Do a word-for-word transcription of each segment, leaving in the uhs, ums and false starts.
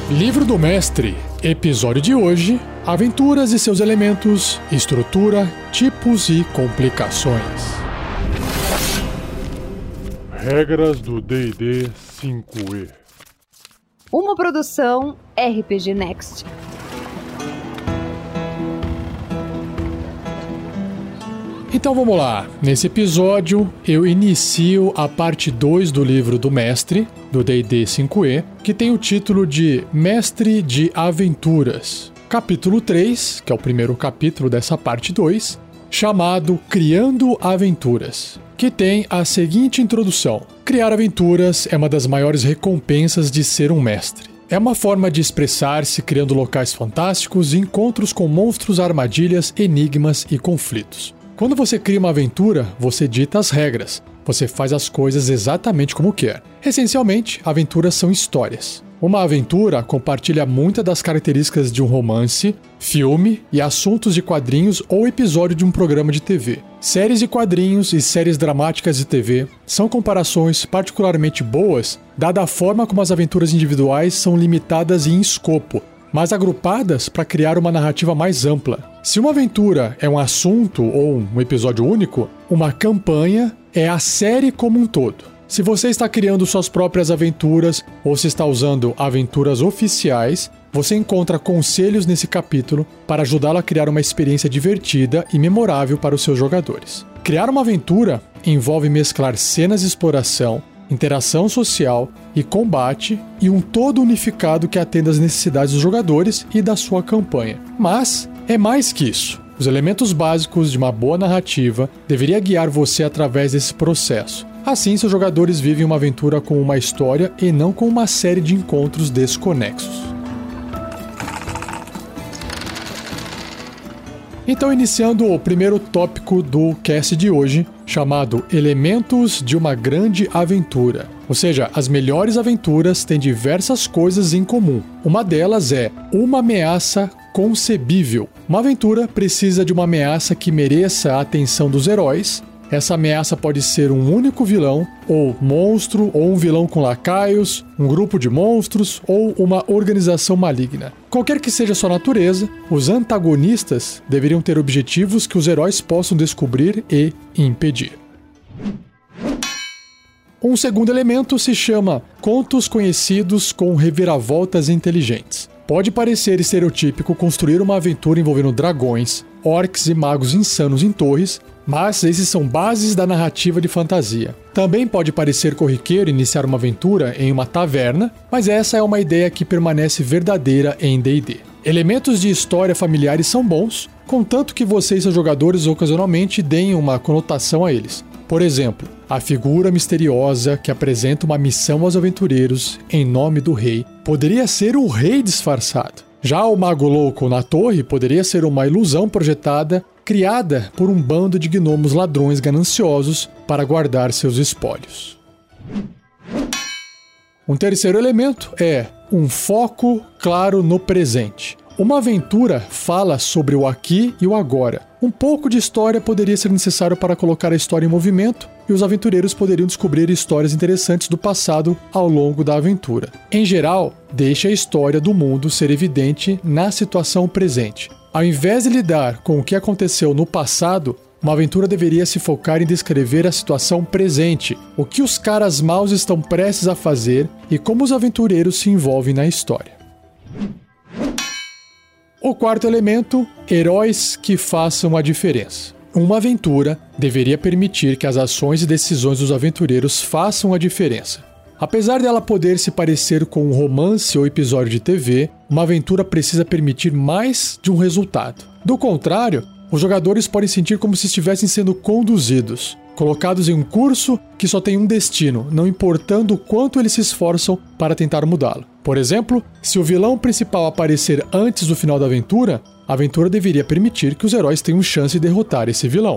Livro do Mestre, episódio de hoje: Aventuras e seus elementos, estrutura, tipos e complicações. Regras do D e D cinco E. Uma produção R P G Next. Então vamos lá, nesse episódio eu inicio a parte dois do livro do Mestre, do D e D cinco E, que tem o título de Mestre de Aventuras. Capítulo três, que é o primeiro capítulo dessa parte dois, chamado Criando Aventuras, que tem a seguinte introdução: criar aventuras é uma das maiores recompensas de ser um mestre. É uma forma de expressar-se criando locais fantásticos e encontros com monstros, armadilhas, enigmas e conflitos. Quando você cria uma aventura, você dita as regras. Você faz as coisas exatamente como quer. Essencialmente, aventuras são histórias. Uma aventura compartilha muitas das características de um romance, filme e assuntos de quadrinhos ou episódio de um programa de T V. Séries de quadrinhos e séries dramáticas de T V são comparações particularmente boas, dada a forma como as aventuras individuais são limitadas em escopo, mas agrupadas para criar uma narrativa mais ampla. Se uma aventura é um assunto ou um episódio único, uma campanha é a série como um todo. Se você está criando suas próprias aventuras ou se está usando aventuras oficiais, você encontra conselhos nesse capítulo para ajudá-lo a criar uma experiência divertida e memorável para os seus jogadores. Criar uma aventura envolve mesclar cenas de exploração, interação social e combate e um todo unificado que atenda às necessidades dos jogadores e da sua campanha. Mas é mais que isso. Os elementos básicos de uma boa narrativa deveriam guiar você através desse processo. Assim, seus jogadores vivem uma aventura com uma história e não com uma série de encontros desconexos. Então, iniciando o primeiro tópico do cast de hoje, chamado Elementos de uma Grande Aventura. Ou seja, as melhores aventuras têm diversas coisas em comum. Uma delas é uma ameaça concebível. Uma aventura precisa de uma ameaça que mereça a atenção dos heróis. Essa ameaça pode ser um único vilão, ou monstro, ou um vilão com lacaios, um grupo de monstros, ou uma organização maligna. Qualquer que seja sua natureza, os antagonistas deveriam ter objetivos que os heróis possam descobrir e impedir. Um segundo elemento se chama contos conhecidos com reviravoltas inteligentes. Pode parecer estereotípico construir uma aventura envolvendo dragões, orcs e magos insanos em torres, mas esses são bases da narrativa de fantasia. Também pode parecer corriqueiro iniciar uma aventura em uma taverna, mas essa é uma ideia que permanece verdadeira em D e D. Elementos de história familiares são bons, contanto que você e seus jogadores ocasionalmente deem uma conotação a eles. Por exemplo, a figura misteriosa que apresenta uma missão aos aventureiros em nome do rei poderia ser o rei disfarçado. Já o mago louco na torre poderia ser uma ilusão projetada, criada por um bando de gnomos ladrões gananciosos para guardar seus espólios. Um terceiro elemento é um foco claro no presente. Uma aventura fala sobre o aqui e o agora. Um pouco de história poderia ser necessário para colocar a história em movimento, e os aventureiros poderiam descobrir histórias interessantes do passado ao longo da aventura. Em geral, deixe a história do mundo ser evidente na situação presente. Ao invés de lidar com o que aconteceu no passado, uma aventura deveria se focar em descrever a situação presente, o que os caras maus estão prestes a fazer e como os aventureiros se envolvem na história. O quarto elemento, heróis que façam a diferença. Uma aventura deveria permitir que as ações e decisões dos aventureiros façam a diferença. Apesar dela poder se parecer com um romance ou episódio de T V, uma aventura precisa permitir mais de um resultado. Do contrário, os jogadores podem sentir como se estivessem sendo conduzidos, colocados em um curso que só tem um destino, não importando o quanto eles se esforçam para tentar mudá-lo. Por exemplo, se o vilão principal aparecer antes do final da aventura, a aventura deveria permitir que os heróis tenham chance de derrotar esse vilão.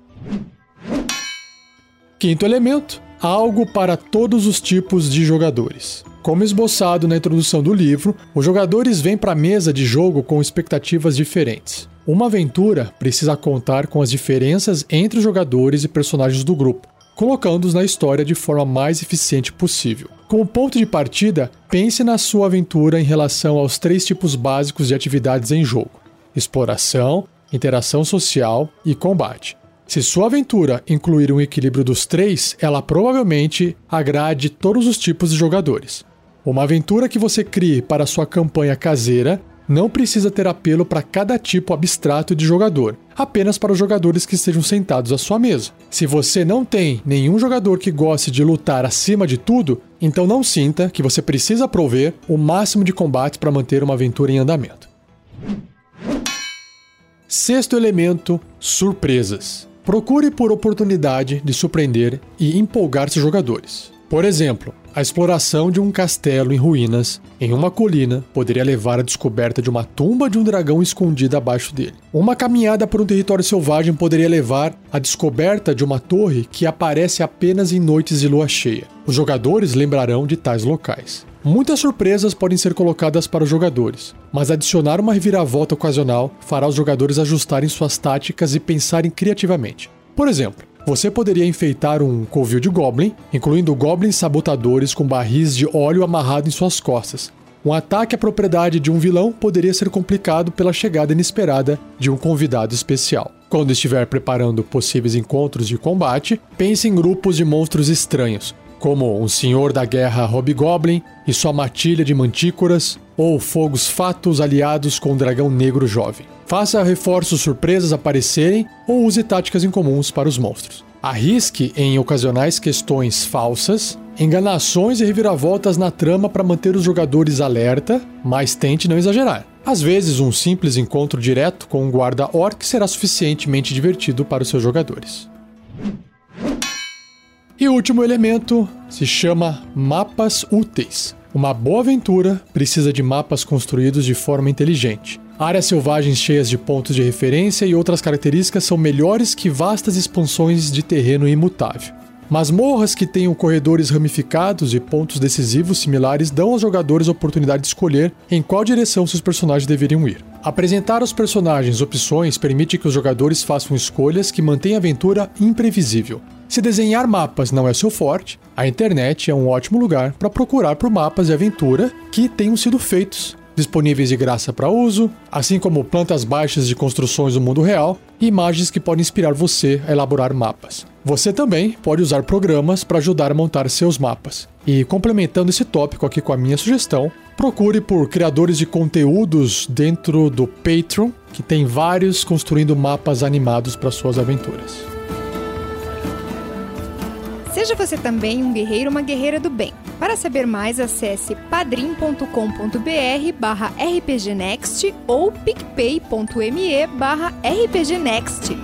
Quinto elemento, algo para todos os tipos de jogadores. Como esboçado na introdução do livro, os jogadores vêm para a mesa de jogo com expectativas diferentes. Uma aventura precisa contar com as diferenças entre os jogadores e personagens do grupo. colocando-os na história de forma mais eficiente possível. Como ponto de partida, pense na sua aventura em relação aos três tipos básicos de atividades em jogo: exploração, interação social e combate. Se sua aventura incluir um equilíbrio dos três, ela provavelmente agrade todos os tipos de jogadores. Uma aventura que você crie para sua campanha caseira não precisa ter apelo para cada tipo abstrato de jogador, apenas para os jogadores que estejam sentados à sua mesa. Se você não tem nenhum jogador que goste de lutar acima de tudo, então não sinta que você precisa prover o máximo de combates para manter uma aventura em andamento. Sexto elemento: surpresas. Procure por oportunidade de surpreender e empolgar seus jogadores. Por exemplo, a exploração de um castelo em ruínas em uma colina poderia levar à descoberta de uma tumba de um dragão escondida abaixo dele. Uma caminhada por um território selvagem poderia levar à descoberta de uma torre que aparece apenas em noites de lua cheia. Os jogadores lembrarão de tais locais. Muitas surpresas podem ser colocadas para os jogadores, mas adicionar uma reviravolta ocasional fará os jogadores ajustarem suas táticas e pensarem criativamente. Por exemplo, você poderia enfeitar um covil de goblin, incluindo goblins sabotadores com barris de óleo amarrado em suas costas. Um ataque à propriedade de um vilão poderia ser complicado pela chegada inesperada de um convidado especial. Quando estiver preparando possíveis encontros de combate, pense em grupos de monstros estranhos, como um senhor da guerra hobgoblin e sua matilha de mantícoras, ou fogos fatos aliados com um dragão negro jovem. Faça reforços surpresas aparecerem ou use táticas incomuns para os monstros. Arrisque em ocasionais questões falsas, enganações e reviravoltas na trama para manter os jogadores alerta, mas tente não exagerar. Às vezes, um simples encontro direto com um guarda-orc será suficientemente divertido para os seus jogadores. E o último elemento se chama mapas úteis. Uma boa aventura precisa de mapas construídos de forma inteligente. Áreas selvagens cheias de pontos de referência e outras características são melhores que vastas expansões de terreno imutável. Masmorras que tenham corredores ramificados e pontos decisivos similares dão aos jogadores a oportunidade de escolher em qual direção seus personagens deveriam ir. Apresentar aos personagens opções permite que os jogadores façam escolhas que mantêm a aventura imprevisível. Se desenhar mapas não é seu forte, a internet é um ótimo lugar para procurar por mapas de aventura que tenham sido feitos, disponíveis de graça para uso, assim como plantas baixas de construções do mundo real e imagens que podem inspirar você a elaborar mapas. Você também pode usar programas para ajudar a montar seus mapas. E complementando esse tópico aqui com a minha sugestão, procure por criadores de conteúdos dentro do Patreon, que tem vários construindo mapas animados para suas aventuras. Seja você também um guerreiro ou uma guerreira do bem. Para saber mais, acesse padrim.com.br barra rpgnext ou picpay.me barra rpgnext.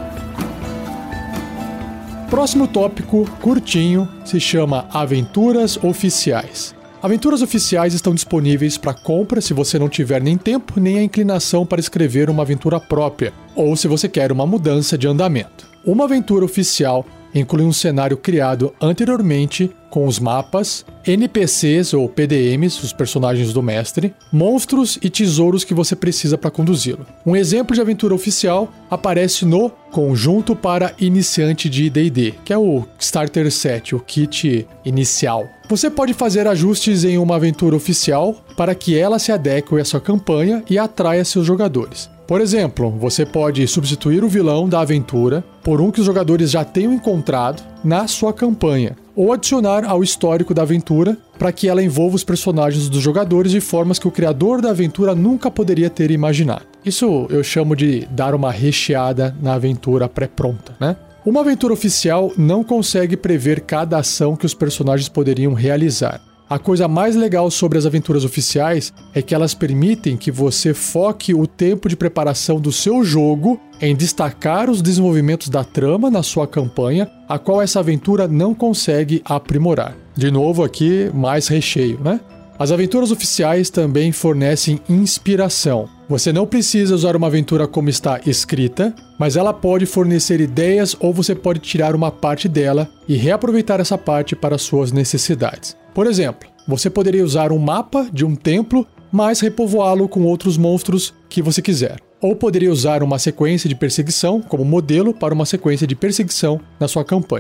Próximo tópico, curtinho, se chama Aventuras Oficiais. Aventuras oficiais estão disponíveis para compra se você não tiver nem tempo nem a inclinação para escrever uma aventura própria, ou se você quer uma mudança de andamento. Uma aventura oficial inclui um cenário criado anteriormente com os mapas, N P Cs ou P D Ms, os personagens do mestre, monstros e tesouros que você precisa para conduzi-lo. Um exemplo de aventura oficial aparece no Conjunto para Iniciante de D e D, que é o Starter Set, o kit inicial. Você pode fazer ajustes em uma aventura oficial para que ela se adeque à sua campanha e atraia seus jogadores. Por exemplo, você pode substituir o vilão da aventura por um que os jogadores já tenham encontrado na sua campanha, ou adicionar ao histórico da aventura para que ela envolva os personagens dos jogadores de formas que o criador da aventura nunca poderia ter imaginado. Isso eu chamo de dar uma recheada na aventura pré-pronta, né? Uma aventura oficial não consegue prever cada ação que os personagens poderiam realizar. A coisa mais legal sobre as aventuras oficiais é que elas permitem que você foque o tempo de preparação do seu jogo em destacar os desenvolvimentos da trama na sua campanha, a qual essa aventura não consegue aprimorar. De novo aqui, mais recheio, né? As aventuras oficiais também fornecem inspiração. Você não precisa usar uma aventura como está escrita, mas ela pode fornecer ideias ou você pode tirar uma parte dela e reaproveitar essa parte para suas necessidades. Por exemplo, você poderia usar um mapa de um templo, mas repovoá-lo com outros monstros que você quiser. Ou poderia usar uma sequência de perseguição como modelo para uma sequência de perseguição na sua campanha.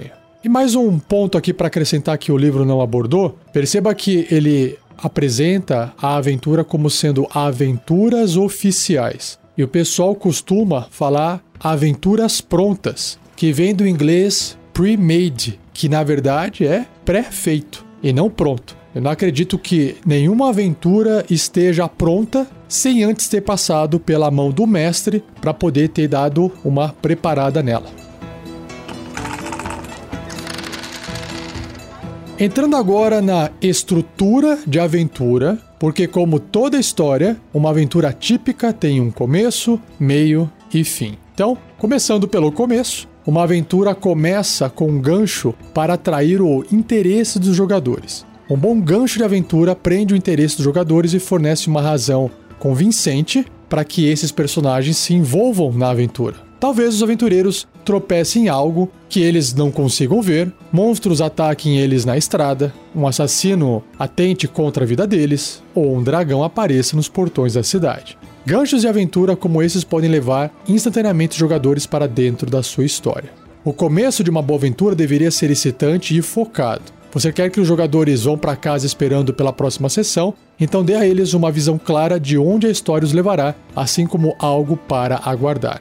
E mais um ponto aqui para acrescentar que o livro não abordou. Perceba que ele apresenta a aventura como sendo aventuras oficiais. E o pessoal costuma falar aventuras prontas, que vem do inglês pre-made, que na verdade é pré-feito e não pronto. Eu não acredito que nenhuma aventura esteja pronta sem antes ter passado pela mão do mestre para poder ter dado uma preparada nela. Entrando agora na estrutura de aventura, porque como toda história, uma aventura típica tem um começo, meio e fim. Então, começando pelo começo, uma aventura começa com um gancho para atrair o interesse dos jogadores. Um bom gancho de aventura prende o interesse dos jogadores e fornece uma razão convincente para que esses personagens se envolvam na aventura. Talvez os aventureiros tropecem em algo que eles não consigam ver, monstros ataquem eles na estrada, um assassino atente contra a vida deles, ou um dragão apareça nos portões da cidade. Ganchos de aventura como esses podem levar instantaneamente os jogadores para dentro da sua história. O começo de uma boa aventura deveria ser excitante e focado. Você quer que os jogadores vão para casa esperando pela próxima sessão, então dê a eles uma visão clara de onde a história os levará, assim como algo para aguardar.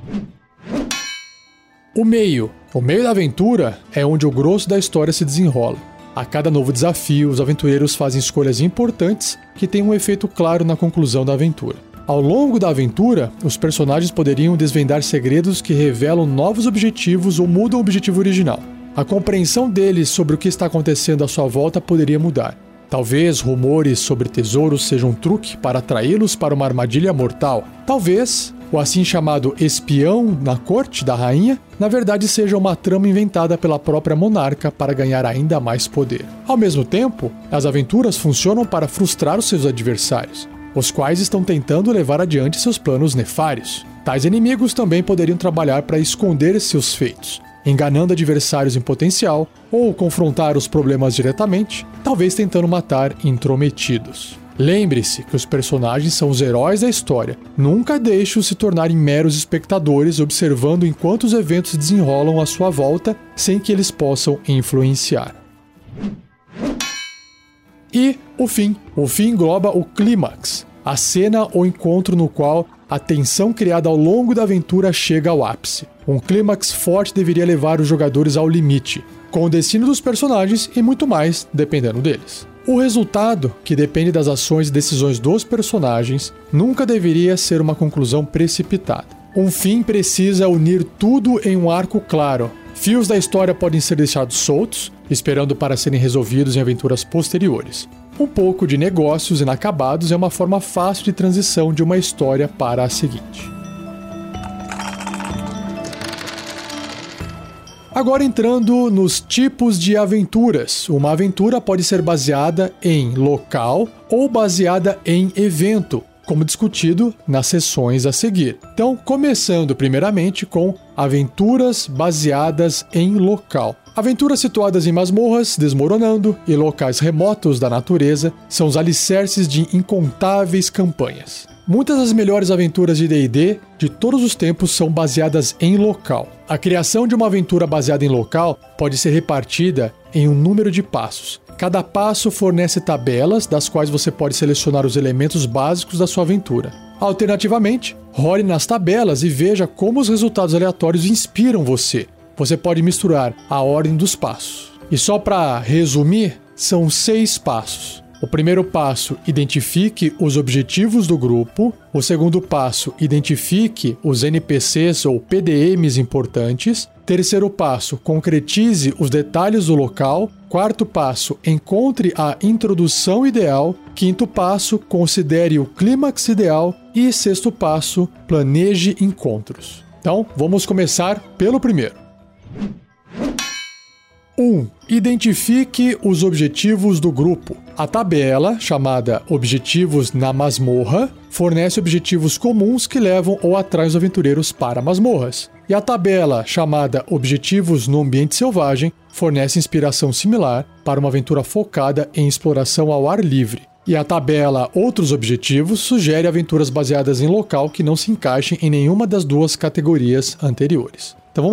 O meio. O meio da aventura é onde o grosso da história se desenrola. A cada novo desafio, os aventureiros fazem escolhas importantes que têm um efeito claro na conclusão da aventura. Ao longo da aventura, os personagens poderiam desvendar segredos que revelam novos objetivos ou mudam o objetivo original. A compreensão deles sobre o que está acontecendo à sua volta poderia mudar. Talvez rumores sobre tesouros sejam um truque para atraí-los para uma armadilha mortal. Talvez o assim chamado espião na corte da rainha, na verdade seja uma trama inventada pela própria monarca para ganhar ainda mais poder. Ao mesmo tempo, as aventuras funcionam para frustrar os seus adversários, os quais estão tentando levar adiante seus planos nefários. Tais inimigos também poderiam trabalhar para esconder seus feitos, enganando adversários em potencial ou confrontar os problemas diretamente, talvez tentando matar intrometidos. Lembre-se que os personagens são os heróis da história. Nunca deixe-os se tornarem meros espectadores observando enquanto os eventos se desenrolam à sua volta sem que eles possam influenciar. E o fim. O fim engloba o clímax, a cena ou encontro no qual a tensão criada ao longo da aventura chega ao ápice. Um clímax forte deveria levar os jogadores ao limite, com o destino dos personagens e muito mais, dependendo deles. O resultado, que depende das ações e decisões dos personagens, nunca deveria ser uma conclusão precipitada. Um fim precisa unir tudo em um arco claro. Fios da história podem ser deixados soltos, esperando para serem resolvidos em aventuras posteriores. Um pouco de negócios inacabados é uma forma fácil de transição de uma história para a seguinte. Agora entrando nos tipos de aventuras. Uma aventura pode ser baseada em local ou baseada em evento, como discutido nas sessões a seguir. Então, começando primeiramente com aventuras baseadas em local. Aventuras situadas em masmorras, desmoronando, e locais remotos da natureza são os alicerces de incontáveis campanhas. Muitas das melhores aventuras de D e D de todos os tempos são baseadas em local. A criação de uma aventura baseada em local pode ser repartida em um número de passos. Cada passo fornece tabelas, das quais você pode selecionar os elementos básicos da sua aventura. Alternativamente, role nas tabelas e veja como os resultados aleatórios inspiram você. Você pode misturar a ordem dos passos. E só para resumir, são seis passos. O primeiro passo, identifique os objetivos do grupo. O segundo passo, identifique os N P Cs ou P D Ms importantes. Terceiro passo, concretize os detalhes do local. Quarto passo, encontre a introdução ideal. Quinto passo, considere o clímax ideal. E sexto passo, planeje encontros. Então, vamos começar pelo primeiro. um. Identifique os objetivos do grupo. A tabela, chamada Objetivos na Masmorra, fornece objetivos comuns que levam ou atraem os aventureiros para masmorras. E a tabela, chamada Objetivos no Ambiente Selvagem, fornece inspiração similar para uma aventura focada em exploração ao ar livre. E a tabela Outros Objetivos sugere aventuras baseadas em local que não se encaixem em nenhuma das duas categorias anteriores. Então vamos lá.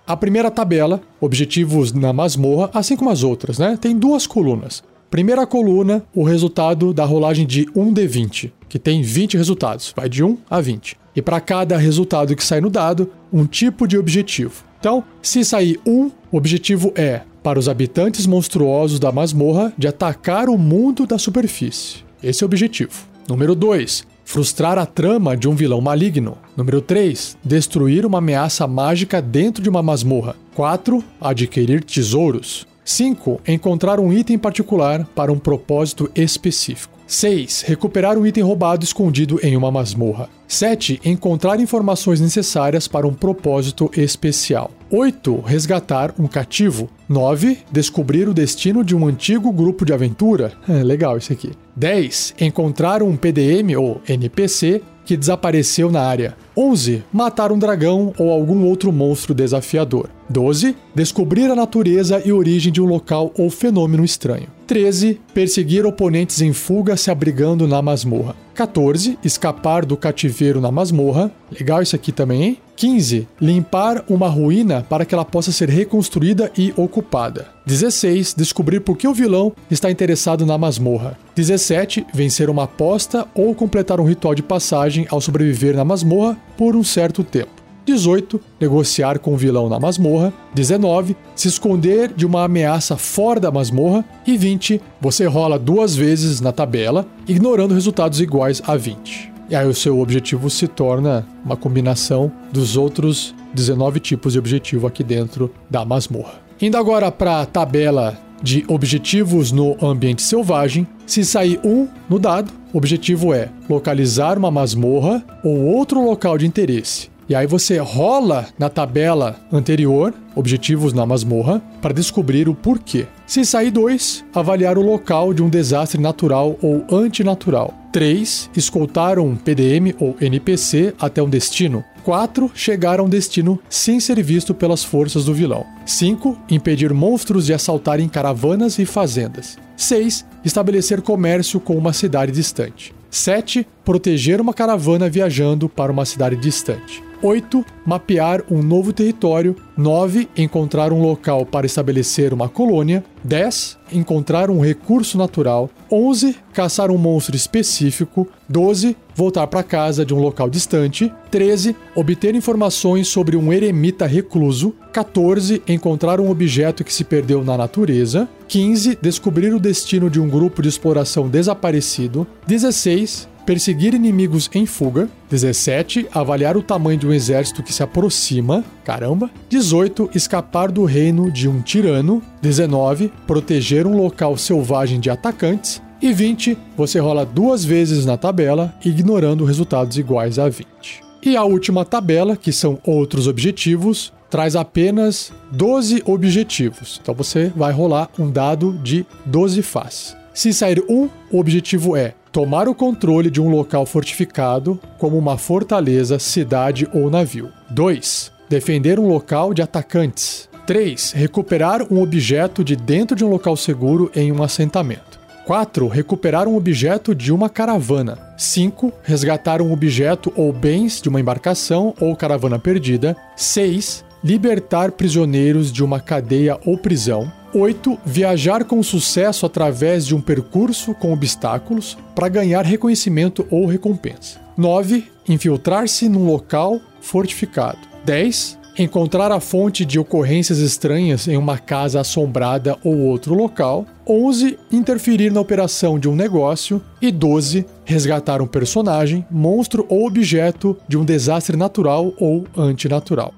A primeira tabela, objetivos na masmorra, assim como as outras, né? Tem duas colunas. Primeira coluna, o resultado da rolagem de um D vinte, que tem vinte resultados, vai de um a vinte. E para cada resultado que sai no dado, um tipo de objetivo. Então, se sair um, o objetivo é, para os habitantes monstruosos da masmorra, de atacar o mundo da superfície. Esse é o objetivo. Número dois, frustrar a trama de um vilão maligno. Número três, destruir uma ameaça mágica dentro de uma masmorra. quatro, adquirir tesouros. cinco, encontrar um item particular para um propósito específico. seis, recuperar um item roubado escondido em uma masmorra. sete, encontrar informações necessárias para um propósito especial. oito, resgatar um cativo. nove, descobrir o destino de um antigo grupo de aventura. É, legal isso aqui. dez, encontrar um P D M ou N P C que desapareceu na área. onze, matar um dragão ou algum outro monstro desafiador. doze, descobrir a natureza e origem de um local ou fenômeno estranho. treze, perseguir oponentes em fuga se abrigando na masmorra. quatorze, escapar do cativeiro na masmorra. Legal isso aqui também, hein? quinze, limpar uma ruína para que ela possa ser reconstruída e ocupada. dezesseis, descobrir por que o vilão está interessado na masmorra. dezessete, vencer uma aposta ou completar um ritual de passagem ao sobreviver na masmorra por um certo tempo. dezoito, negociar com o vilão na masmorra. dezenove, se esconder de uma ameaça fora da masmorra. E vinte, você rola duas vezes na tabela, ignorando resultados iguais a vinte. E aí o seu objetivo se torna uma combinação dos outros dezenove tipos de objetivo aqui dentro da masmorra. Indo agora para a tabela de objetivos no ambiente selvagem, se sair um no dado, o objetivo é localizar uma masmorra ou outro local de interesse. E aí você rola na tabela anterior, objetivos na masmorra, para descobrir o porquê. Se sair dois, avaliar o local de um desastre natural ou antinatural. três, escoltar um P D M ou N P C até um destino. quatro, chegar a um destino sem ser visto pelas forças do vilão. cinco, impedir monstros de assaltarem caravanas e fazendas. seis, estabelecer comércio com uma cidade distante. sete, proteger uma caravana viajando para uma cidade distante. oito. Mapear um novo território. nove. Encontrar um local para estabelecer uma colônia. dez. Encontrar um recurso natural. onze. Caçar um monstro específico. doze. Voltar para casa de um local distante. treze. Obter informações sobre um eremita recluso. quatorze. Encontrar um objeto que se perdeu na natureza. quinze. Descobrir o destino de um grupo de exploração desaparecido. dezesseis. Perseguir inimigos em fuga. dezessete. Avaliar o tamanho de um exército que se aproxima. Caramba. dezoito. Escapar do reino de um tirano. dezenove. Proteger um local selvagem de atacantes. E vinte. Você rola duas vezes na tabela, ignorando resultados iguais a vinte. E a última tabela, que são outros objetivos, traz apenas doze objetivos. Então você vai rolar um dado de doze faces. Se sair um, o objetivo é tomar o controle de um local fortificado, como uma fortaleza, cidade ou navio. dois. Defender um local de atacantes. três. Recuperar um objeto de dentro de um local seguro em um assentamento. quatro. Recuperar um objeto de uma caravana. cinco. Resgatar um objeto ou bens de uma embarcação ou caravana perdida. seis. Libertar prisioneiros de uma cadeia ou prisão. oito. Viajar com sucesso através de um percurso com obstáculos para ganhar reconhecimento ou recompensa. nove. Infiltrar-se num local fortificado. dez. Encontrar a fonte de ocorrências estranhas em uma casa assombrada ou outro local. onze. Interferir na operação de um negócio. E doze. Resgatar um personagem, monstro ou objeto de um desastre natural ou antinatural.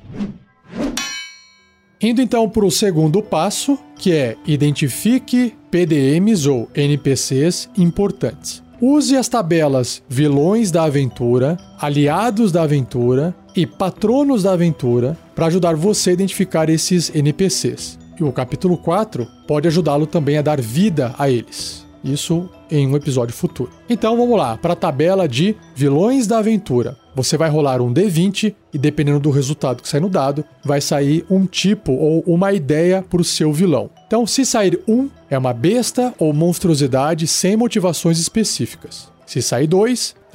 Indo então para o segundo passo, que é identifique P D Ms ou N P Cs importantes. Use as tabelas vilões da aventura, aliados da aventura e patronos da aventura para ajudar você a identificar esses N P Cs. E o capítulo quatro pode ajudá-lo também a dar vida a eles. Isso em um episódio futuro. Então vamos lá, para a tabela de vilões da aventura. Você vai rolar um D vinte e dependendo do resultado que sai no dado, vai sair um tipo ou uma ideia para o seu vilão. Então se sair um, é uma besta ou monstruosidade sem motivações específicas. Se sair dois,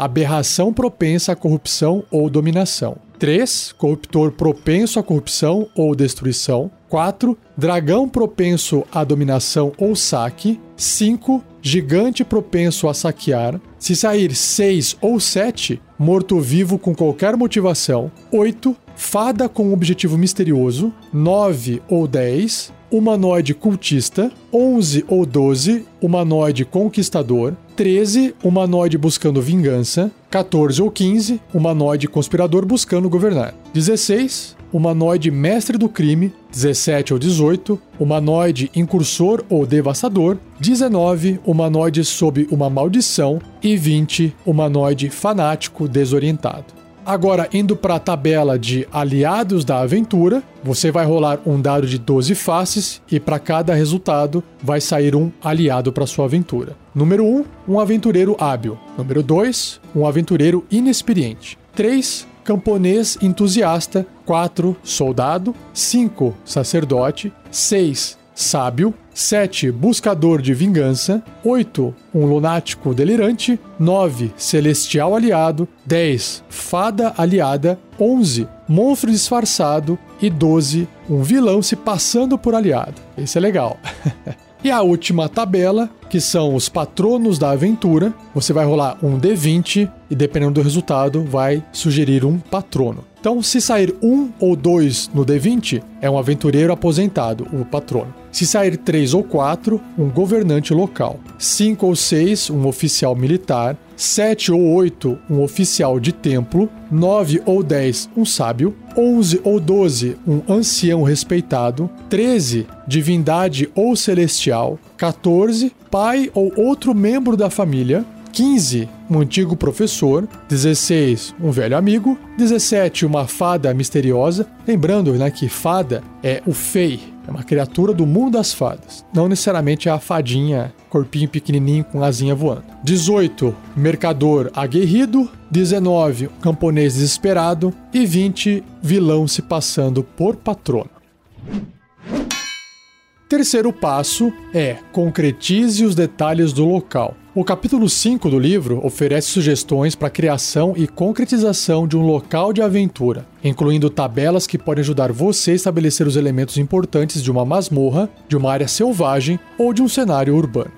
aberração propensa à corrupção ou dominação. três. Corruptor propenso à corrupção ou destruição. quatro. Dragão propenso à dominação ou saque. cinco. Gigante propenso a saquear. Se sair seis ou sete, morto-vivo com qualquer motivação. oito. Fada com objetivo misterioso. nove ou dez. Humanoide cultista. onze ou doze. Humanoide conquistador. treze. Humanoide buscando vingança. quatorze ou quinze. Humanoide conspirador buscando governar. dezesseis. Humanoide mestre do crime. dezessete ou dezoito. Humanoide incursor ou devastador. dezenove. Humanoide sob uma maldição. E vinte. Humanoide fanático desorientado. Agora, indo para a tabela de aliados da aventura, você vai rolar um dado de doze faces e para cada resultado vai sair um aliado para sua aventura. Número um, um aventureiro hábil. Número dois, um aventureiro inexperiente. três, camponês entusiasta. quatro, soldado. cinco, sacerdote. seis, sábio. sete. Buscador de vingança. oito. Um lunático delirante. nove. Celestial aliado. dez. Fada aliada. onze. Monstro disfarçado. E doze. Um vilão se passando por aliado. Esse é legal. E a última tabela, que são os patronos da aventura. Você vai rolar um D vinte e, dependendo do resultado, vai sugerir um patrono. Então, se sair um ou dois no D vinte, é um aventureiro aposentado, o patrono. Se sair três ou quatro, um governante local. cinco ou seis, um oficial militar. sete ou oito, um oficial de templo. nove ou dez, um sábio. onze ou doze, um ancião respeitado. treze, divindade ou celestial. quatorze, pai ou outro membro da família. quinze, um antigo professor. dezesseis, um velho amigo. dezessete, uma fada misteriosa. Lembrando, né, que fada é o fei, é uma criatura do mundo das fadas. Não necessariamente é a fadinha, corpinho pequenininho com asinha voando. dezoito, mercador aguerrido. dezenove, camponês desesperado. E vinte, vilão se passando por patrono. Terceiro passo é concretize os detalhes do local. O capítulo cinco do livro oferece sugestões para a criação e concretização de um local de aventura, incluindo tabelas que podem ajudar você a estabelecer os elementos importantes de uma masmorra, de uma área selvagem ou de um cenário urbano.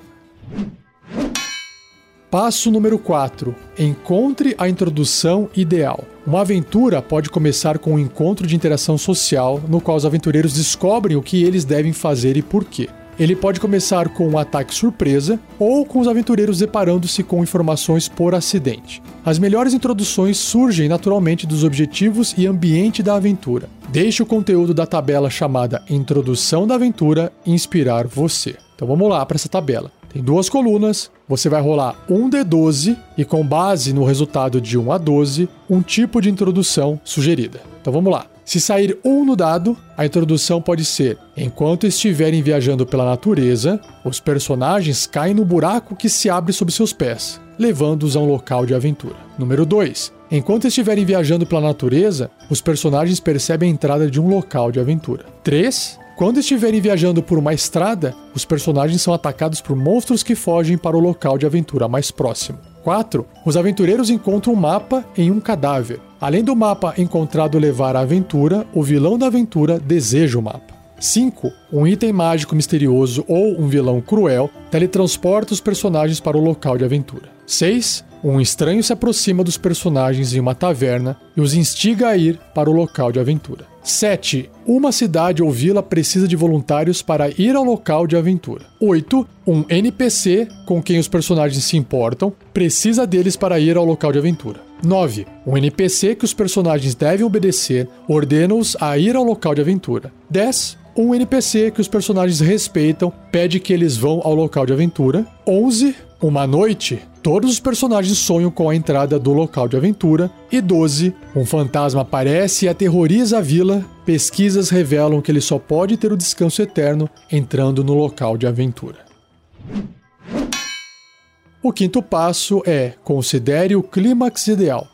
Passo número quatro. Encontre a introdução ideal. Uma aventura pode começar com um encontro de interação social, no qual os aventureiros descobrem o que eles devem fazer e por quê. Ele pode começar com um ataque surpresa ou com os aventureiros deparando-se com informações por acidente. As melhores introduções surgem naturalmente dos objetivos e ambiente da aventura. Deixe o conteúdo da tabela chamada Introdução da Aventura inspirar você. Então vamos lá para essa tabela. Tem duas colunas, você vai rolar um D doze e, com base no resultado de um a doze, um tipo de introdução sugerida. Então vamos lá. Se sair um no dado, a introdução pode ser: enquanto estiverem viajando pela natureza, os personagens caem no buraco que se abre sob seus pés, levando-os a um local de aventura. Número dois. Enquanto estiverem viajando pela natureza, os personagens percebem a entrada de um local de aventura. três. Quando estiverem viajando por uma estrada, os personagens são atacados por monstros que fogem para o local de aventura mais próximo. quatro. Os aventureiros encontram um mapa em um cadáver. Além do mapa encontrado levar à aventura, o vilão da aventura deseja o mapa. cinco. Um item mágico misterioso ou um vilão cruel teletransporta os personagens para o local de aventura. seis. Um estranho se aproxima dos personagens em uma taverna e os instiga a ir para o local de aventura. sete. Uma cidade ou vila precisa de voluntários para ir ao local de aventura. oito. Um N P C com quem os personagens se importam precisa deles para ir ao local de aventura. nove. Um N P C que os personagens devem obedecer ordena-os a ir ao local de aventura. dez. Um N P C que os personagens respeitam pede que eles vão ao local de aventura. onze. Uma noite, todos os personagens sonham com a entrada do local de aventura. E doze. Um fantasma aparece e aterroriza a vila. Pesquisas revelam que ele só pode ter o descanso eterno entrando no local de aventura. O quinto passo é: considere o clímax ideal.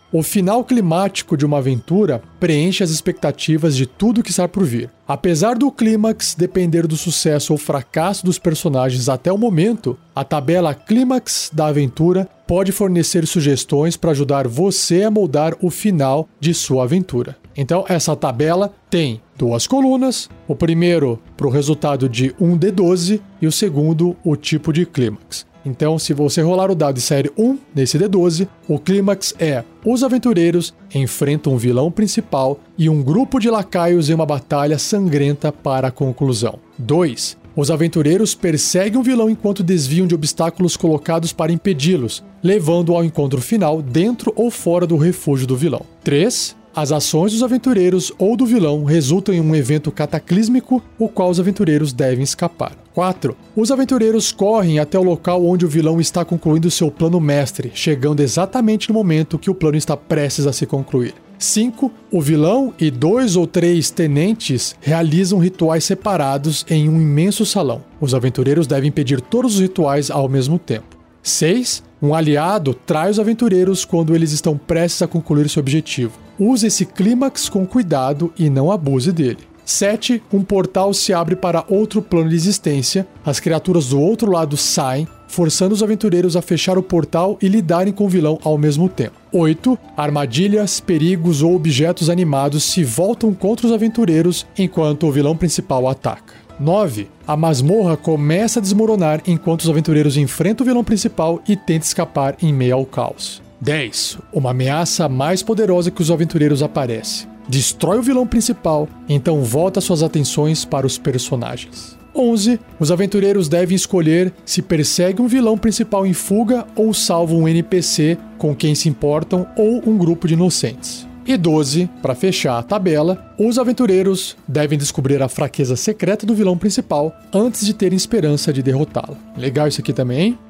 O final climático de uma aventura preenche as expectativas de tudo que está por vir. Apesar do clímax depender do sucesso ou fracasso dos personagens até o momento, a tabela clímax da aventura pode fornecer sugestões para ajudar você a moldar o final de sua aventura. Então, essa tabela tem duas colunas, o primeiro para o resultado de um D doze e o segundo o tipo de clímax. Então, se você rolar o dado e sair um nesse D doze, o clímax é: os aventureiros enfrentam um vilão principal e um grupo de lacaios em uma batalha sangrenta para a conclusão. dois. Os aventureiros perseguem um vilão enquanto desviam de obstáculos colocados para impedi-los, levando-o ao encontro final dentro ou fora do refúgio do vilão. três. As ações dos aventureiros ou do vilão resultam em um evento cataclísmico, o qual os aventureiros devem escapar. quatro. Os aventureiros correm até o local onde o vilão está concluindo seu plano mestre, chegando exatamente no momento que o plano está prestes a se concluir. cinco. O vilão e dois ou três tenentes realizam rituais separados em um imenso salão. Os aventureiros devem pedir todos os rituais ao mesmo tempo. seis. Um aliado trai os aventureiros quando eles estão prestes a concluir seu objetivo. Use esse clímax com cuidado e não abuse dele. sete. Um portal se abre para outro plano de existência. As criaturas do outro lado saem, forçando os aventureiros a fechar o portal e lidarem com o vilão ao mesmo tempo. oito. Armadilhas, perigos ou objetos animados se voltam contra os aventureiros enquanto o vilão principal ataca. nove. A masmorra começa a desmoronar enquanto os aventureiros enfrentam o vilão principal e tentam escapar em meio ao caos. dez. Uma ameaça mais poderosa que os aventureiros aparece. Destrói o vilão principal, então volta suas atenções para os personagens. onze. Os aventureiros devem escolher se perseguem um vilão principal em fuga ou salvam um N P C com quem se importam ou um grupo de inocentes. E doze, para fechar a tabela, os aventureiros devem descobrir a fraqueza secreta do vilão principal antes de terem esperança de derrotá-lo. Legal isso aqui também, hein?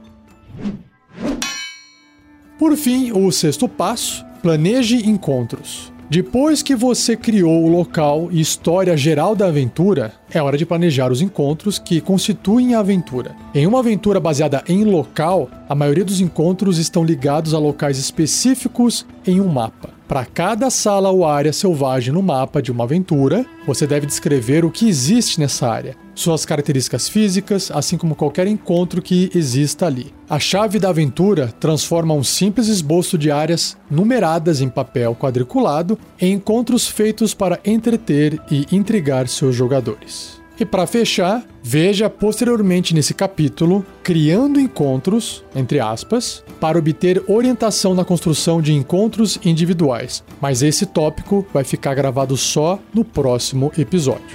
Por fim, o sexto passo: planeje encontros. Depois que você criou o local e história geral da aventura, é hora de planejar os encontros que constituem a aventura. Em uma aventura baseada em local, a maioria dos encontros estão ligados a locais específicos em um mapa. Para cada sala ou área selvagem no mapa de uma aventura, você deve descrever o que existe nessa área, suas características físicas, assim como qualquer encontro que exista ali. A chave da aventura transforma um simples esboço de áreas numeradas em papel quadriculado em encontros feitos para entreter e intrigar seus jogadores. E para fechar, veja posteriormente nesse capítulo Criando Encontros, entre aspas, para obter orientação na construção de encontros individuais. Mas esse tópico vai ficar gravado só no próximo episódio.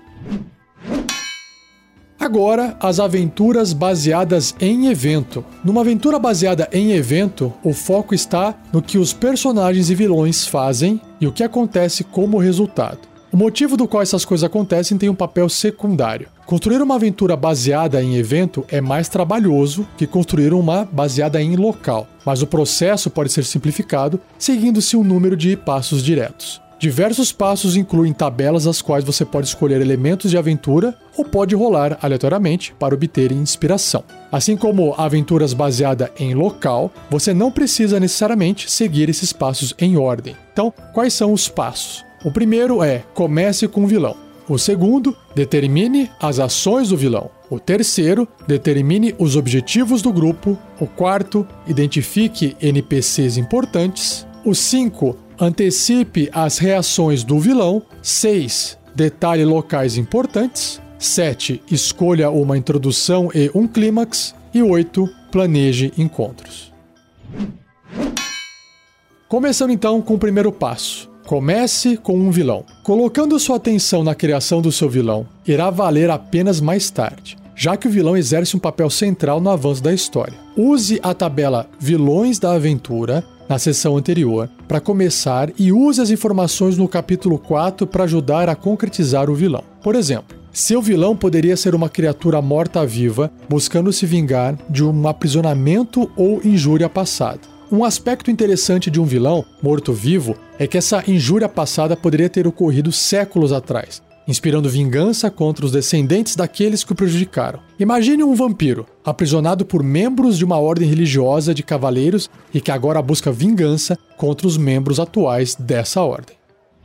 Agora, as aventuras baseadas em evento. Numa aventura baseada em evento, o foco está no que os personagens e vilões fazem e o que acontece como resultado. O motivo do qual essas coisas acontecem tem um papel secundário. Construir uma aventura baseada em evento é mais trabalhoso que construir uma baseada em local, mas o processo pode ser simplificado seguindo-se um número de passos diretos. Diversos passos incluem tabelas as quais você pode escolher elementos de aventura ou pode rolar aleatoriamente para obter inspiração. Assim como aventuras baseadas em local, você não precisa necessariamente seguir esses passos em ordem. Então, quais são os passos? O primeiro é: comece com o vilão. O segundo, determine as ações do vilão. O terceiro, determine os objetivos do grupo. O quarto, identifique N P Cs importantes. O cinco, antecipe as reações do vilão. seis. Detalhe locais importantes. sete. Escolha uma introdução e um clímax. E oito. Planeje encontros. Começando então com o primeiro passo. Comece com um vilão. Colocando sua atenção na criação do seu vilão, irá valer apenas mais tarde, já que o vilão exerce um papel central no avanço da história. Use a tabela Vilões da Aventura na seção anterior para começar e use as informações no capítulo quatro para ajudar a concretizar o vilão. Por exemplo, seu vilão poderia ser uma criatura morta-viva buscando se vingar de um aprisionamento ou injúria passada. Um aspecto interessante de um vilão morto-vivo é que essa injúria passada poderia ter ocorrido séculos atrás. inspirando vingança contra os descendentes daqueles que o prejudicaram. Imagine um vampiro, aprisionado por membros de uma ordem religiosa de cavaleiros e que agora busca vingança contra os membros atuais dessa ordem.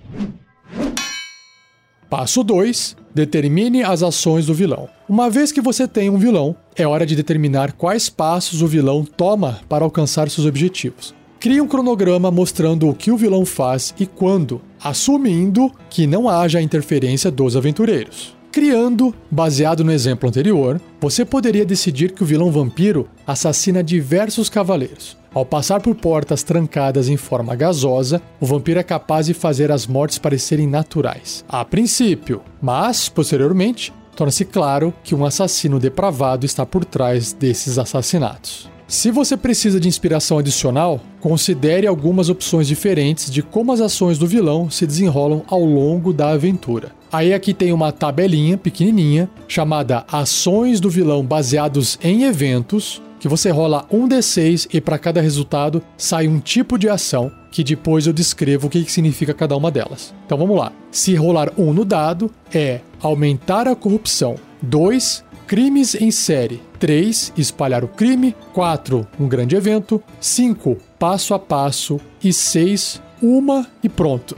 Passo dois. Determine as ações do vilão. Uma vez que você tem um vilão, é hora de determinar quais passos o vilão toma para alcançar seus objetivos. Crie um cronograma mostrando o que o vilão faz e quando, assumindo que não haja interferência dos aventureiros. Criando, baseado no exemplo anterior, você poderia decidir que o vilão vampiro assassina diversos cavaleiros. Ao passar por portas trancadas em forma gasosa, o vampiro é capaz de fazer as mortes parecerem naturais, a princípio, mas, posteriormente, torna-se claro que um assassino depravado está por trás desses assassinatos. Se você precisa de inspiração adicional, considere algumas opções diferentes de como as ações do vilão se desenrolam ao longo da aventura. Aí aqui tem uma tabelinha pequenininha chamada Ações do Vilão baseados em eventos, que você rola um D seis e para cada resultado sai um tipo de ação, que depois eu descrevo o que significa cada uma delas. Então vamos lá. Se rolar um no dado, é aumentar a corrupção. dois. Crimes em série. três. Espalhar o crime. quatro. Um grande evento. cinco. Passo a passo. E seis. Uma e pronto.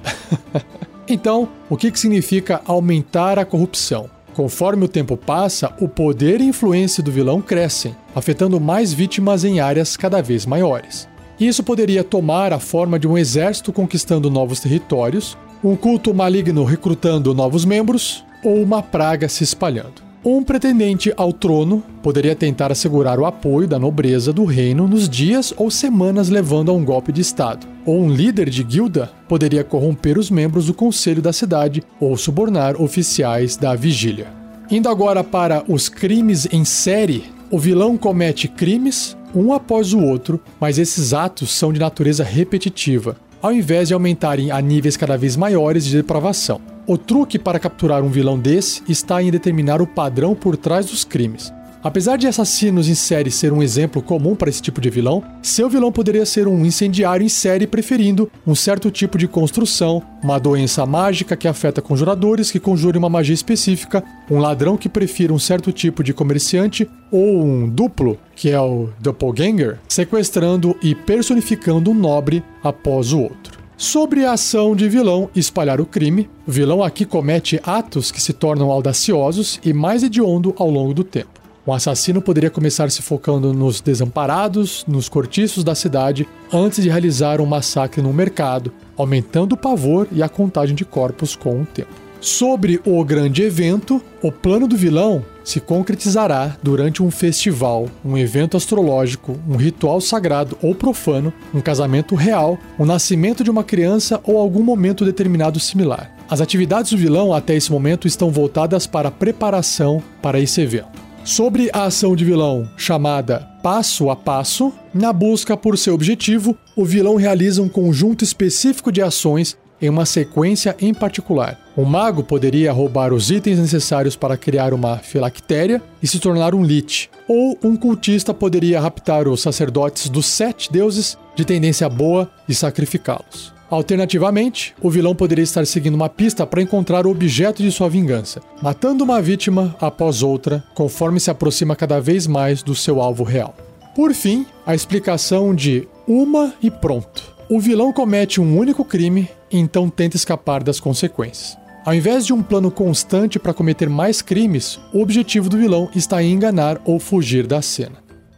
Então, o que, que significa aumentar a corrupção? Conforme o tempo passa, o poder e influência do vilão crescem, afetando mais vítimas em áreas cada vez maiores. Isso poderia tomar a forma de um exército conquistando novos territórios, um culto maligno recrutando novos membros ou uma praga se espalhando. Um pretendente ao trono poderia tentar assegurar o apoio da nobreza do reino nos dias ou semanas levando a um golpe de estado. Ou um líder de guilda poderia corromper os membros do conselho da cidade ou subornar oficiais da vigília. Indo agora para os crimes em série, o vilão comete crimes um após o outro, mas esses atos são de natureza repetitiva, ao invés de aumentarem a níveis cada vez maiores de depravação. O truque para capturar um vilão desse está em determinar o padrão por trás dos crimes. Apesar de assassinos em série ser um exemplo comum para esse tipo de vilão, seu vilão poderia ser um incendiário em série preferindo um certo tipo de construção, uma doença mágica que afeta conjuradores que conjurem uma magia específica, um ladrão que prefira um certo tipo de comerciante ou um duplo, que é o doppelganger, sequestrando e personificando um nobre após o outro. Sobre a ação de vilão espalhar o crime, o vilão aqui comete atos que se tornam audaciosos e mais hediondo ao longo do tempo. Um assassino poderia começar se focando nos desamparados, nos cortiços da cidade, antes de realizar um massacre no mercado, aumentando o pavor e a contagem de corpos com o tempo. Sobre o grande evento, o plano do vilão se concretizará durante um festival, um evento astrológico, um ritual sagrado ou profano, um casamento real, o nascimento de uma criança ou algum momento determinado similar. As atividades do vilão até esse momento estão voltadas para a preparação para esse evento. Sobre a ação de vilão chamada Passo a Passo, na busca por seu objetivo, o vilão realiza um conjunto específico de ações em uma sequência em particular. Um mago poderia roubar os itens necessários para criar uma filactéria e se tornar um lich, ou um cultista poderia raptar os sacerdotes dos sete deuses de tendência boa e sacrificá-los. Alternativamente, o vilão poderia estar seguindo uma pista para encontrar o objeto de sua vingança, matando uma vítima após outra, conforme se aproxima cada vez mais do seu alvo real. Por fim, a explicação de uma e pronto. O vilão comete um único crime e então tenta escapar das consequências. Ao invés de um plano constante para cometer mais crimes, o objetivo do vilão está em enganar ou fugir da cena.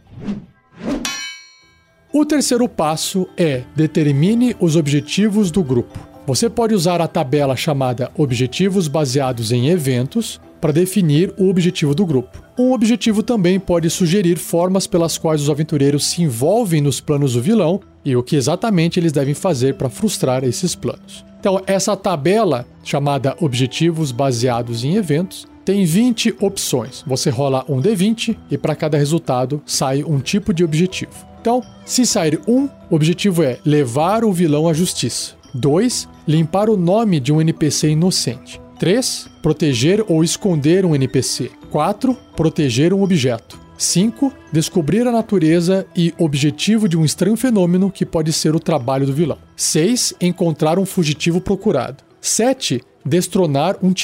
O terceiro passo é determine os objetivos do grupo. Você pode usar a tabela chamada Objetivos baseados em eventos para definir o objetivo do grupo. Um objetivo também pode sugerir formas pelas quais os aventureiros se envolvem nos planos do vilão e o que exatamente eles devem fazer para frustrar esses planos. Então, essa tabela chamada Objetivos baseados em eventos tem vinte opções. Você rola um D vinte e para cada resultado sai um tipo de objetivo. Então, se sair um, o objetivo é levar o vilão à justiça. dois. Limpar o nome de um N P C inocente. três. Proteger ou esconder um N P C. quatro. Proteger um objeto. cinco. Descobrir a natureza e objetivo de um estranho fenômeno que pode ser o trabalho do vilão. seis. Encontrar um fugitivo procurado. sete. Destronar um tirano.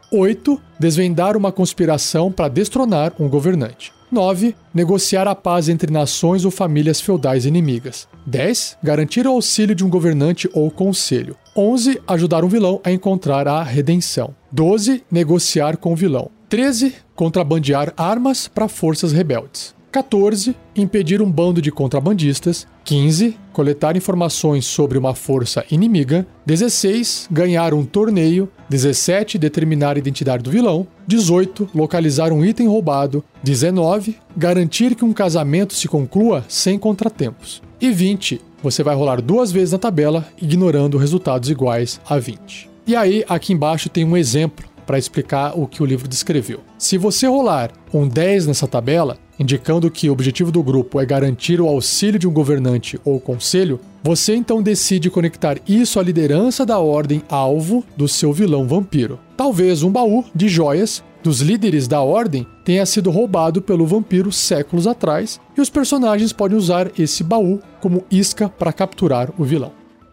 oito. Desvendar uma conspiração para destronar um governante. nove. Negociar a paz entre nações ou famílias feudais inimigas. dez. Garantir o auxílio de um governante ou conselho. onze. Ajudar um vilão a encontrar a redenção. doze. Negociar com o vilão. treze. Contrabandear armas para forças rebeldes. quatorze. Impedir um bando de contrabandistas. quinze. Coletar informações sobre uma força inimiga. dezesseis. Ganhar um torneio. dezessete. Determinar a identidade do vilão. dezoito. Localizar um item roubado. dezenove. Garantir que um casamento se conclua sem contratempos. E vinte. Você vai rolar duas vezes na tabela, ignorando resultados iguais a vinte. E aí, aqui embaixo tem um exemplo para explicar o que o livro descreveu. Se você rolar um dez nessa tabela, indicando que o objetivo do grupo é garantir o auxílio de um governante ou conselho, você então decide conectar isso à liderança da ordem alvo do seu vilão vampiro. Talvez um baú de joias dos líderes da ordem tenha sido roubado pelo vampiro séculos atrás, e os personagens podem usar esse baú como isca para capturar o vilão.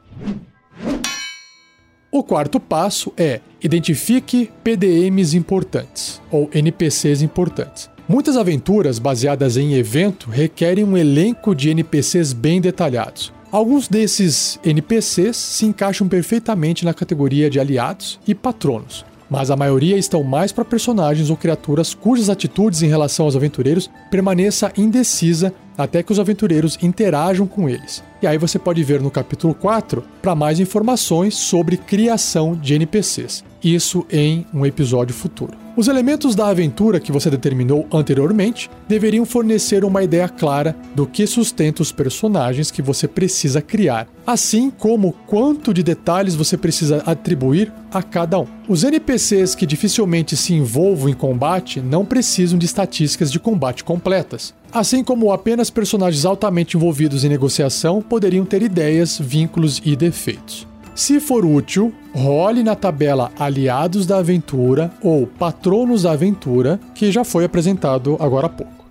O quarto passo é: identifique P D Ms importantes, ou N P Cs importantes. Muitas aventuras baseadas em evento requerem um elenco de N P Cs bem detalhados. Alguns desses N P Cs se encaixam perfeitamente na categoria de aliados e patronos, mas a maioria estão mais para personagens ou criaturas cujas atitudes em relação aos aventureiros permaneça indecisa até que os aventureiros interajam com eles. E aí você pode ver no capítulo quatro para mais informações sobre criação de N P Cs. Isso em um episódio futuro. Os elementos da aventura que você determinou anteriormente deveriam fornecer uma ideia clara do que sustenta os personagens que você precisa criar, assim como quanto de detalhes você precisa atribuir a cada um. Os N P Cs que dificilmente se envolvam em combate não precisam de estatísticas de combate completas, assim como apenas personagens altamente envolvidos em negociação poderiam ter ideias, vínculos e defeitos. Se for útil, role na tabela Aliados da Aventura ou Patronos da Aventura, que já foi apresentado agora há pouco.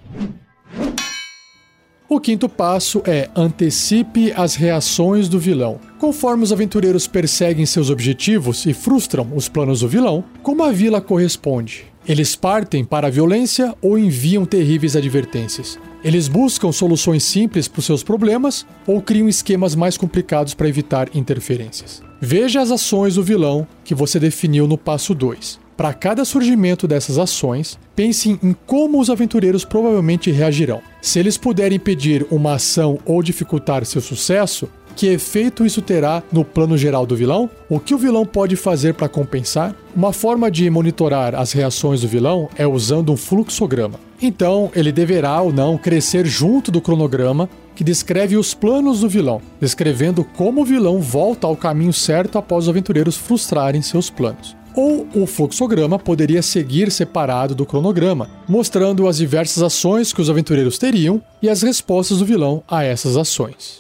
O quinto passo é: antecipe as reações do vilão. Conforme os aventureiros perseguem seus objetivos e frustram os planos do vilão, como a vila corresponde? Eles partem para a violência ou enviam terríveis advertências? Eles buscam soluções simples para os seus problemas ou criam esquemas mais complicados para evitar interferências? Veja as ações do vilão que você definiu no passo dois. Para cada surgimento dessas ações, pense em como os aventureiros provavelmente reagirão. Se eles puderem impedir uma ação ou dificultar seu sucesso, que efeito isso terá no plano geral do vilão? O que o vilão pode fazer para compensar? Uma forma de monitorar as reações do vilão é usando um fluxograma. Então, ele deverá ou não crescer junto do cronograma que descreve os planos do vilão, descrevendo como o vilão volta ao caminho certo após os aventureiros frustrarem seus planos. Ou o fluxograma poderia seguir separado do cronograma, mostrando as diversas ações que os aventureiros teriam e as respostas do vilão a essas ações.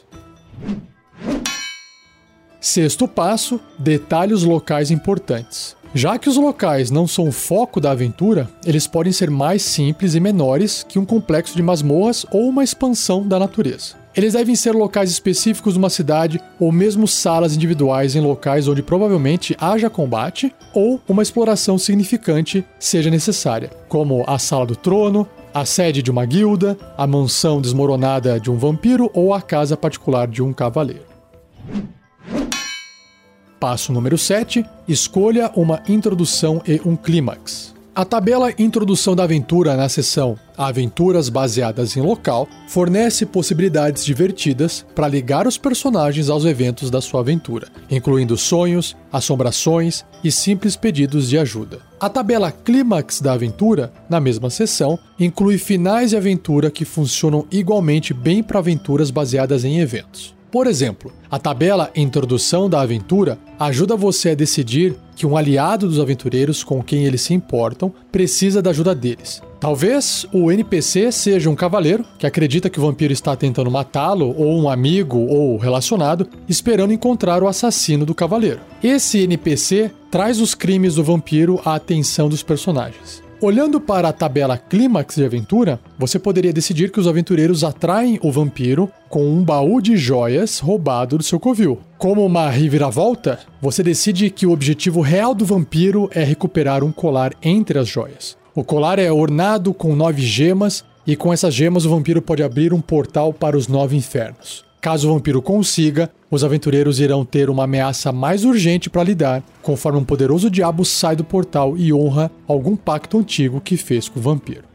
Sexto passo: detalhe os locais importantes. Já que os locais não são o foco da aventura, eles podem ser mais simples e menores que um complexo de masmorras ou uma expansão da natureza. Eles devem ser locais específicos de uma cidade ou mesmo salas individuais em locais onde provavelmente haja combate ou uma exploração significante seja necessária, como a Sala do Trono, a sede de uma guilda, a mansão desmoronada de um vampiro ou a casa particular de um cavaleiro. Passo número sete. Escolha uma introdução e um clímax. A tabela Introdução da Aventura na seção Aventuras baseadas em local fornece possibilidades divertidas para ligar os personagens aos eventos da sua aventura, incluindo sonhos, assombrações e simples pedidos de ajuda. A tabela Clímax da Aventura, na mesma seção, inclui finais de aventura que funcionam igualmente bem para aventuras baseadas em eventos. Por exemplo, a tabela Introdução da Aventura ajuda você a decidir que um aliado dos aventureiros com quem eles se importam precisa da ajuda deles. Talvez o N P C seja um cavaleiro que acredita que o vampiro está tentando matá-lo, ou um amigo ou relacionado esperando encontrar o assassino do cavaleiro. Esse N P C traz os crimes do vampiro à atenção dos personagens. Olhando para a tabela clímax de aventura, você poderia decidir que os aventureiros atraem o vampiro com um baú de joias roubado do seu covil. Como uma reviravolta, você decide que o objetivo real do vampiro é recuperar um colar entre as joias. O colar é ornado com nove gemas e com essas gemas o vampiro pode abrir um portal para os nove infernos. Caso o vampiro consiga, os aventureiros irão ter uma ameaça mais urgente para lidar, conforme um poderoso diabo sai do portal e honra algum pacto antigo que fez com o vampiro.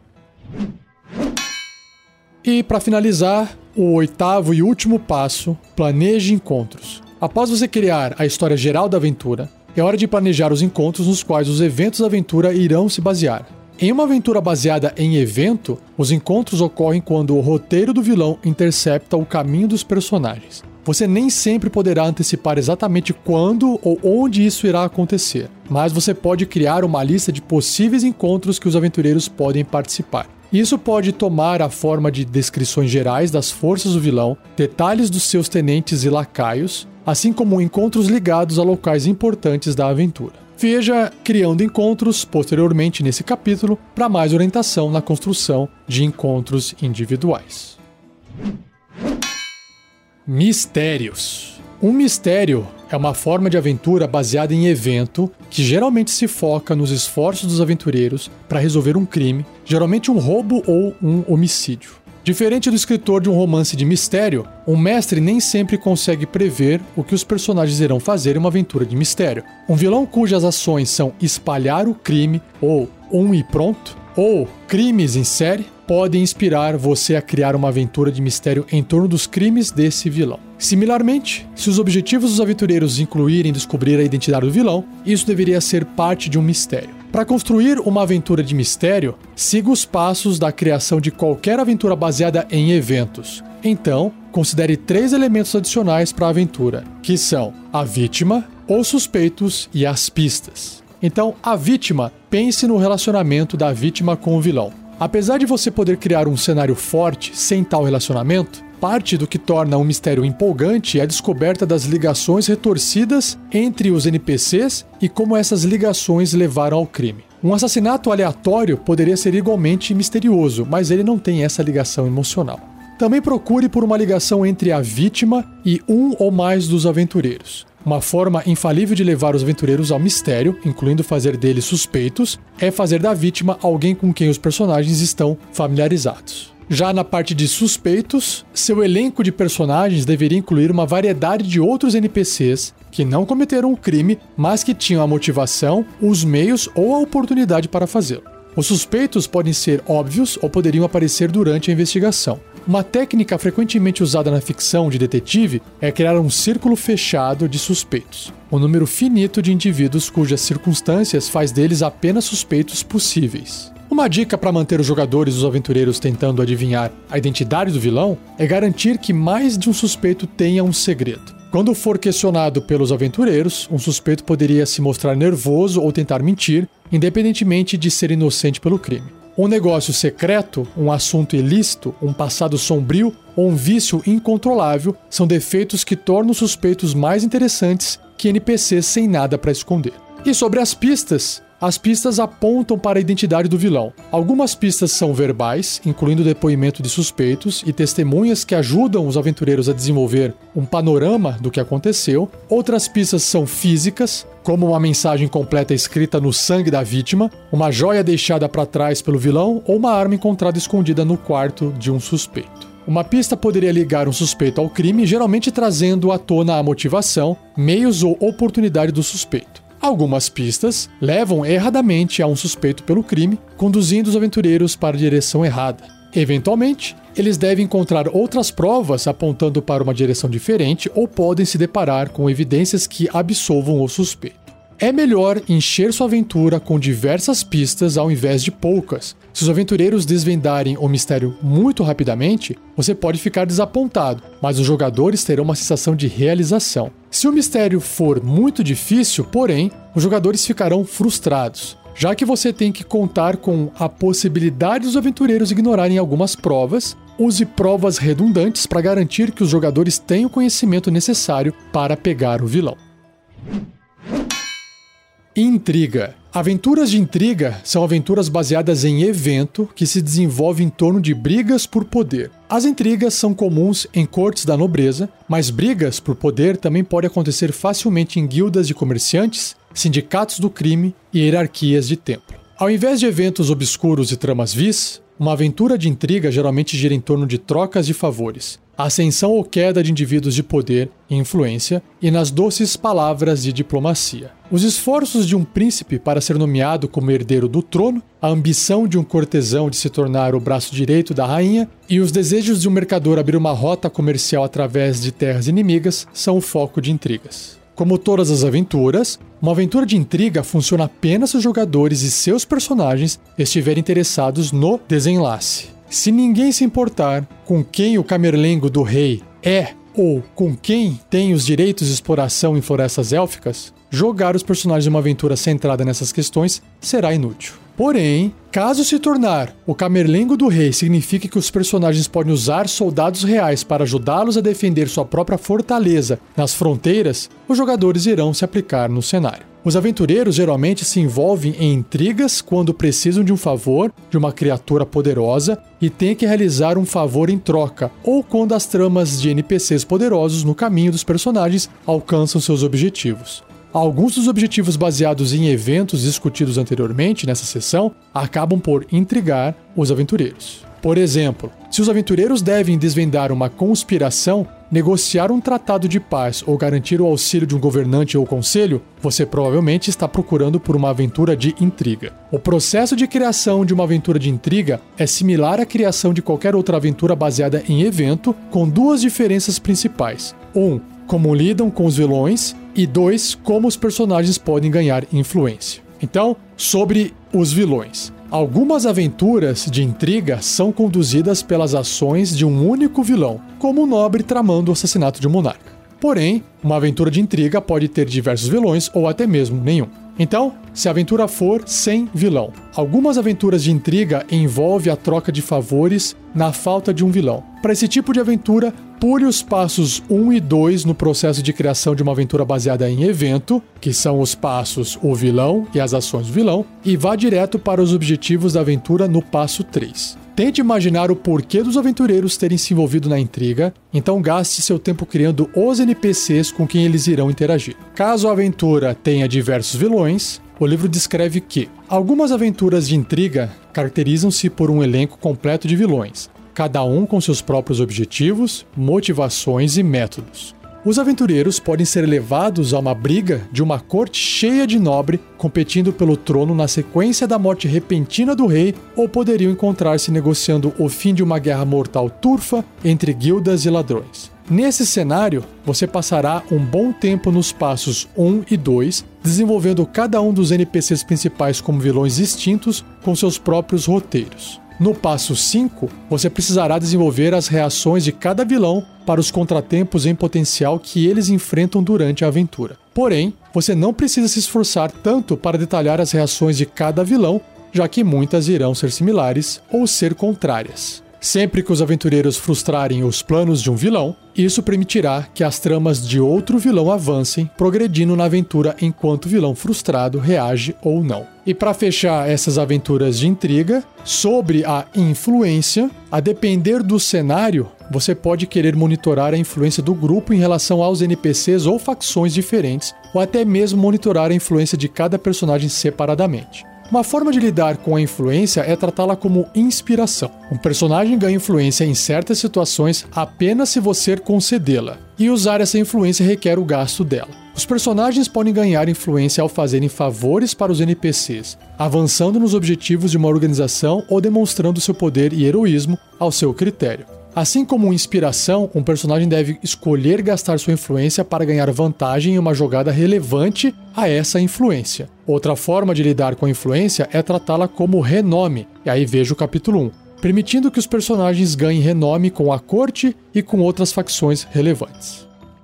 E para finalizar, o oitavo e último passo, planeje encontros. Após você criar a história geral da aventura, é hora de planejar os encontros nos quais os eventos da aventura irão se basear. Em uma aventura baseada em evento, os encontros ocorrem quando o roteiro do vilão intercepta o caminho dos personagens. Você nem sempre poderá antecipar exatamente quando ou onde isso irá acontecer, mas você pode criar uma lista de possíveis encontros que os aventureiros podem participar. Isso pode tomar a forma de descrições gerais das forças do vilão, detalhes dos seus tenentes e lacaios, assim como encontros ligados a locais importantes da aventura. Veja Criando Encontros posteriormente nesse capítulo para mais orientação na construção de encontros individuais. Mistérios. Um mistério é uma forma de aventura baseada em evento que geralmente se foca nos esforços dos aventureiros para resolver um crime, geralmente um roubo ou um homicídio. Diferente do escritor de um romance de mistério, um mestre nem sempre consegue prever o que os personagens irão fazer em uma aventura de mistério. Um vilão cujas ações são espalhar o crime, ou um e pronto, ou crimes em série, podem inspirar você a criar uma aventura de mistério em torno dos crimes desse vilão. Similarmente, se os objetivos dos aventureiros incluírem descobrir a identidade do vilão, isso deveria ser parte de um mistério. Para construir uma aventura de mistério, siga os passos da criação de qualquer aventura baseada em eventos. Então, considere três elementos adicionais para a aventura, que são a vítima, os suspeitos e as pistas. Então, a vítima, pense no relacionamento da vítima com o vilão. Apesar de você poder criar um cenário forte sem tal relacionamento, parte do que torna um mistério empolgante é a descoberta das ligações retorcidas entre os N P Cs e como essas ligações levaram ao crime. Um assassinato aleatório poderia ser igualmente misterioso, mas ele não tem essa ligação emocional. Também procure por uma ligação entre a vítima e um ou mais dos aventureiros. Uma forma infalível de levar os aventureiros ao mistério, incluindo fazer deles suspeitos, é fazer da vítima alguém com quem os personagens estão familiarizados. Já na parte de suspeitos, seu elenco de personagens deveria incluir uma variedade de outros N P Cs que não cometeram o crime, mas que tinham a motivação, os meios ou a oportunidade para fazê-lo. Os suspeitos podem ser óbvios ou poderiam aparecer durante a investigação. Uma técnica frequentemente usada na ficção de detetive é criar um círculo fechado de suspeitos, um número finito de indivíduos cujas circunstâncias faz deles apenas suspeitos possíveis. Uma dica para manter os jogadores e os aventureiros tentando adivinhar a identidade do vilão é garantir que mais de um suspeito tenha um segredo. Quando for questionado pelos aventureiros, um suspeito poderia se mostrar nervoso ou tentar mentir, independentemente de ser inocente pelo crime. Um negócio secreto, um assunto ilícito, um passado sombrio ou um vício incontrolável são defeitos que tornam os suspeitos mais interessantes que N P Cs sem nada para esconder. E sobre as pistas, as pistas apontam para a identidade do vilão. Algumas pistas são verbais, incluindo o depoimento de suspeitos e testemunhas que ajudam os aventureiros a desenvolver um panorama do que aconteceu. Outras pistas são físicas, como uma mensagem completa escrita no sangue da vítima, uma joia deixada para trás pelo vilão ou uma arma encontrada escondida no quarto de um suspeito. Uma pista poderia ligar um suspeito ao crime, geralmente trazendo à tona a motivação, meios ou oportunidade do suspeito. Algumas pistas levam erradamente a um suspeito pelo crime, conduzindo os aventureiros para a direção errada. Eventualmente, eles devem encontrar outras provas apontando para uma direção diferente ou podem se deparar com evidências que absolvam o suspeito. É melhor encher sua aventura com diversas pistas ao invés de poucas. Se os aventureiros desvendarem o mistério muito rapidamente, você pode ficar desapontado, mas os jogadores terão uma sensação de realização. Se o mistério for muito difícil, porém, os jogadores ficarão frustrados, já que você tem que contar com a possibilidade dos aventureiros ignorarem algumas provas. Use provas redundantes para garantir que os jogadores tenham o conhecimento necessário para pegar o vilão. Intriga. Aventuras de intriga são aventuras baseadas em evento que se desenvolve em torno de brigas por poder. As intrigas são comuns em cortes da nobreza, mas brigas por poder também podem acontecer facilmente em guildas de comerciantes, sindicatos do crime e hierarquias de templo. Ao invés de eventos obscuros e tramas vis, uma aventura de intriga geralmente gira em torno de trocas de favores, ascensão ou queda de indivíduos de poder e influência e nas doces palavras de diplomacia. Os esforços de um príncipe para ser nomeado como herdeiro do trono, a ambição de um cortesão de se tornar o braço direito da rainha e os desejos de um mercador abrir uma rota comercial através de terras inimigas são o foco de intrigas. Como todas as aventuras, uma aventura de intriga funciona apenas se os jogadores e seus personagens estiverem interessados no desenlace. Se ninguém se importar com quem o camerlengo do rei é ou com quem tem os direitos de exploração em florestas élficas, jogar os personagens de uma aventura centrada nessas questões será inútil. Porém, caso se tornar o camerlengo do rei signifique que os personagens podem usar soldados reais para ajudá-los a defender sua própria fortaleza nas fronteiras, os jogadores irão se aplicar no cenário. Os aventureiros geralmente se envolvem em intrigas quando precisam de um favor de uma criatura poderosa e têm que realizar um favor em troca, ou quando as tramas de N P Cs poderosos no caminho dos personagens alcançam seus objetivos. Alguns dos objetivos baseados em eventos discutidos anteriormente nessa sessão acabam por intrigar os aventureiros. Por exemplo, se os aventureiros devem desvendar uma conspiração, negociar um tratado de paz ou garantir o auxílio de um governante ou conselho, você provavelmente está procurando por uma aventura de intriga. O processo de criação de uma aventura de intriga é similar à criação de qualquer outra aventura baseada em evento, com duas diferenças principais. um. Como lidam com os vilões, e dois. Como os personagens podem ganhar influência. Então, sobre os vilões. Algumas aventuras de intriga são conduzidas pelas ações de um único vilão, como o nobre tramando o assassinato de um monarca. Porém, uma aventura de intriga pode ter diversos vilões ou até mesmo nenhum. Então, se a aventura for sem vilão. Algumas aventuras de intriga envolvem a troca de favores na falta de um vilão. Para esse tipo de aventura, pule os passos um e dois no processo de criação de uma aventura baseada em evento, que são os passos o vilão e as ações do vilão, e vá direto para os objetivos da aventura no passo três. Tente imaginar o porquê dos aventureiros terem se envolvido na intriga, então gaste seu tempo criando os N P Cs com quem eles irão interagir. Caso a aventura tenha diversos vilões, o livro descreve que algumas aventuras de intriga caracterizam-se por um elenco completo de vilões, cada um com seus próprios objetivos, motivações e métodos. Os aventureiros podem ser levados a uma briga de uma corte cheia de nobre competindo pelo trono na sequência da morte repentina do rei, ou poderiam encontrar-se negociando o fim de uma guerra mortal turfa entre guildas e ladrões. Nesse cenário, você passará um bom tempo nos passos um e dois, desenvolvendo cada um dos N P Cs principais como vilões distintos com seus próprios roteiros. No passo cinco, você precisará desenvolver as reações de cada vilão para os contratempos em potencial que eles enfrentam durante a aventura. Porém, você não precisa se esforçar tanto para detalhar as reações de cada vilão, já que muitas irão ser similares ou ser contrárias. Sempre que os aventureiros frustrarem os planos de um vilão, isso permitirá que as tramas de outro vilão avancem, progredindo na aventura enquanto o vilão frustrado reage ou não. E para fechar essas aventuras de intriga, sobre a influência, a depender do cenário, você pode querer monitorar a influência do grupo em relação aos N P Cs ou facções diferentes, ou até mesmo monitorar a influência de cada personagem separadamente. Uma forma de lidar com a influência é tratá-la como inspiração. Um personagem ganha influência em certas situações apenas se você concedê-la, e usar essa influência requer o gasto dela. Os personagens podem ganhar influência ao fazerem favores para os N P Cs, avançando nos objetivos de uma organização ou demonstrando seu poder e heroísmo ao seu critério. Assim como inspiração, um personagem deve escolher gastar sua influência para ganhar vantagem em uma jogada relevante a essa influência. Outra forma de lidar com a influência é tratá-la como renome, e aí veja o capítulo um, permitindo que os personagens ganhem renome com a corte e com outras facções relevantes.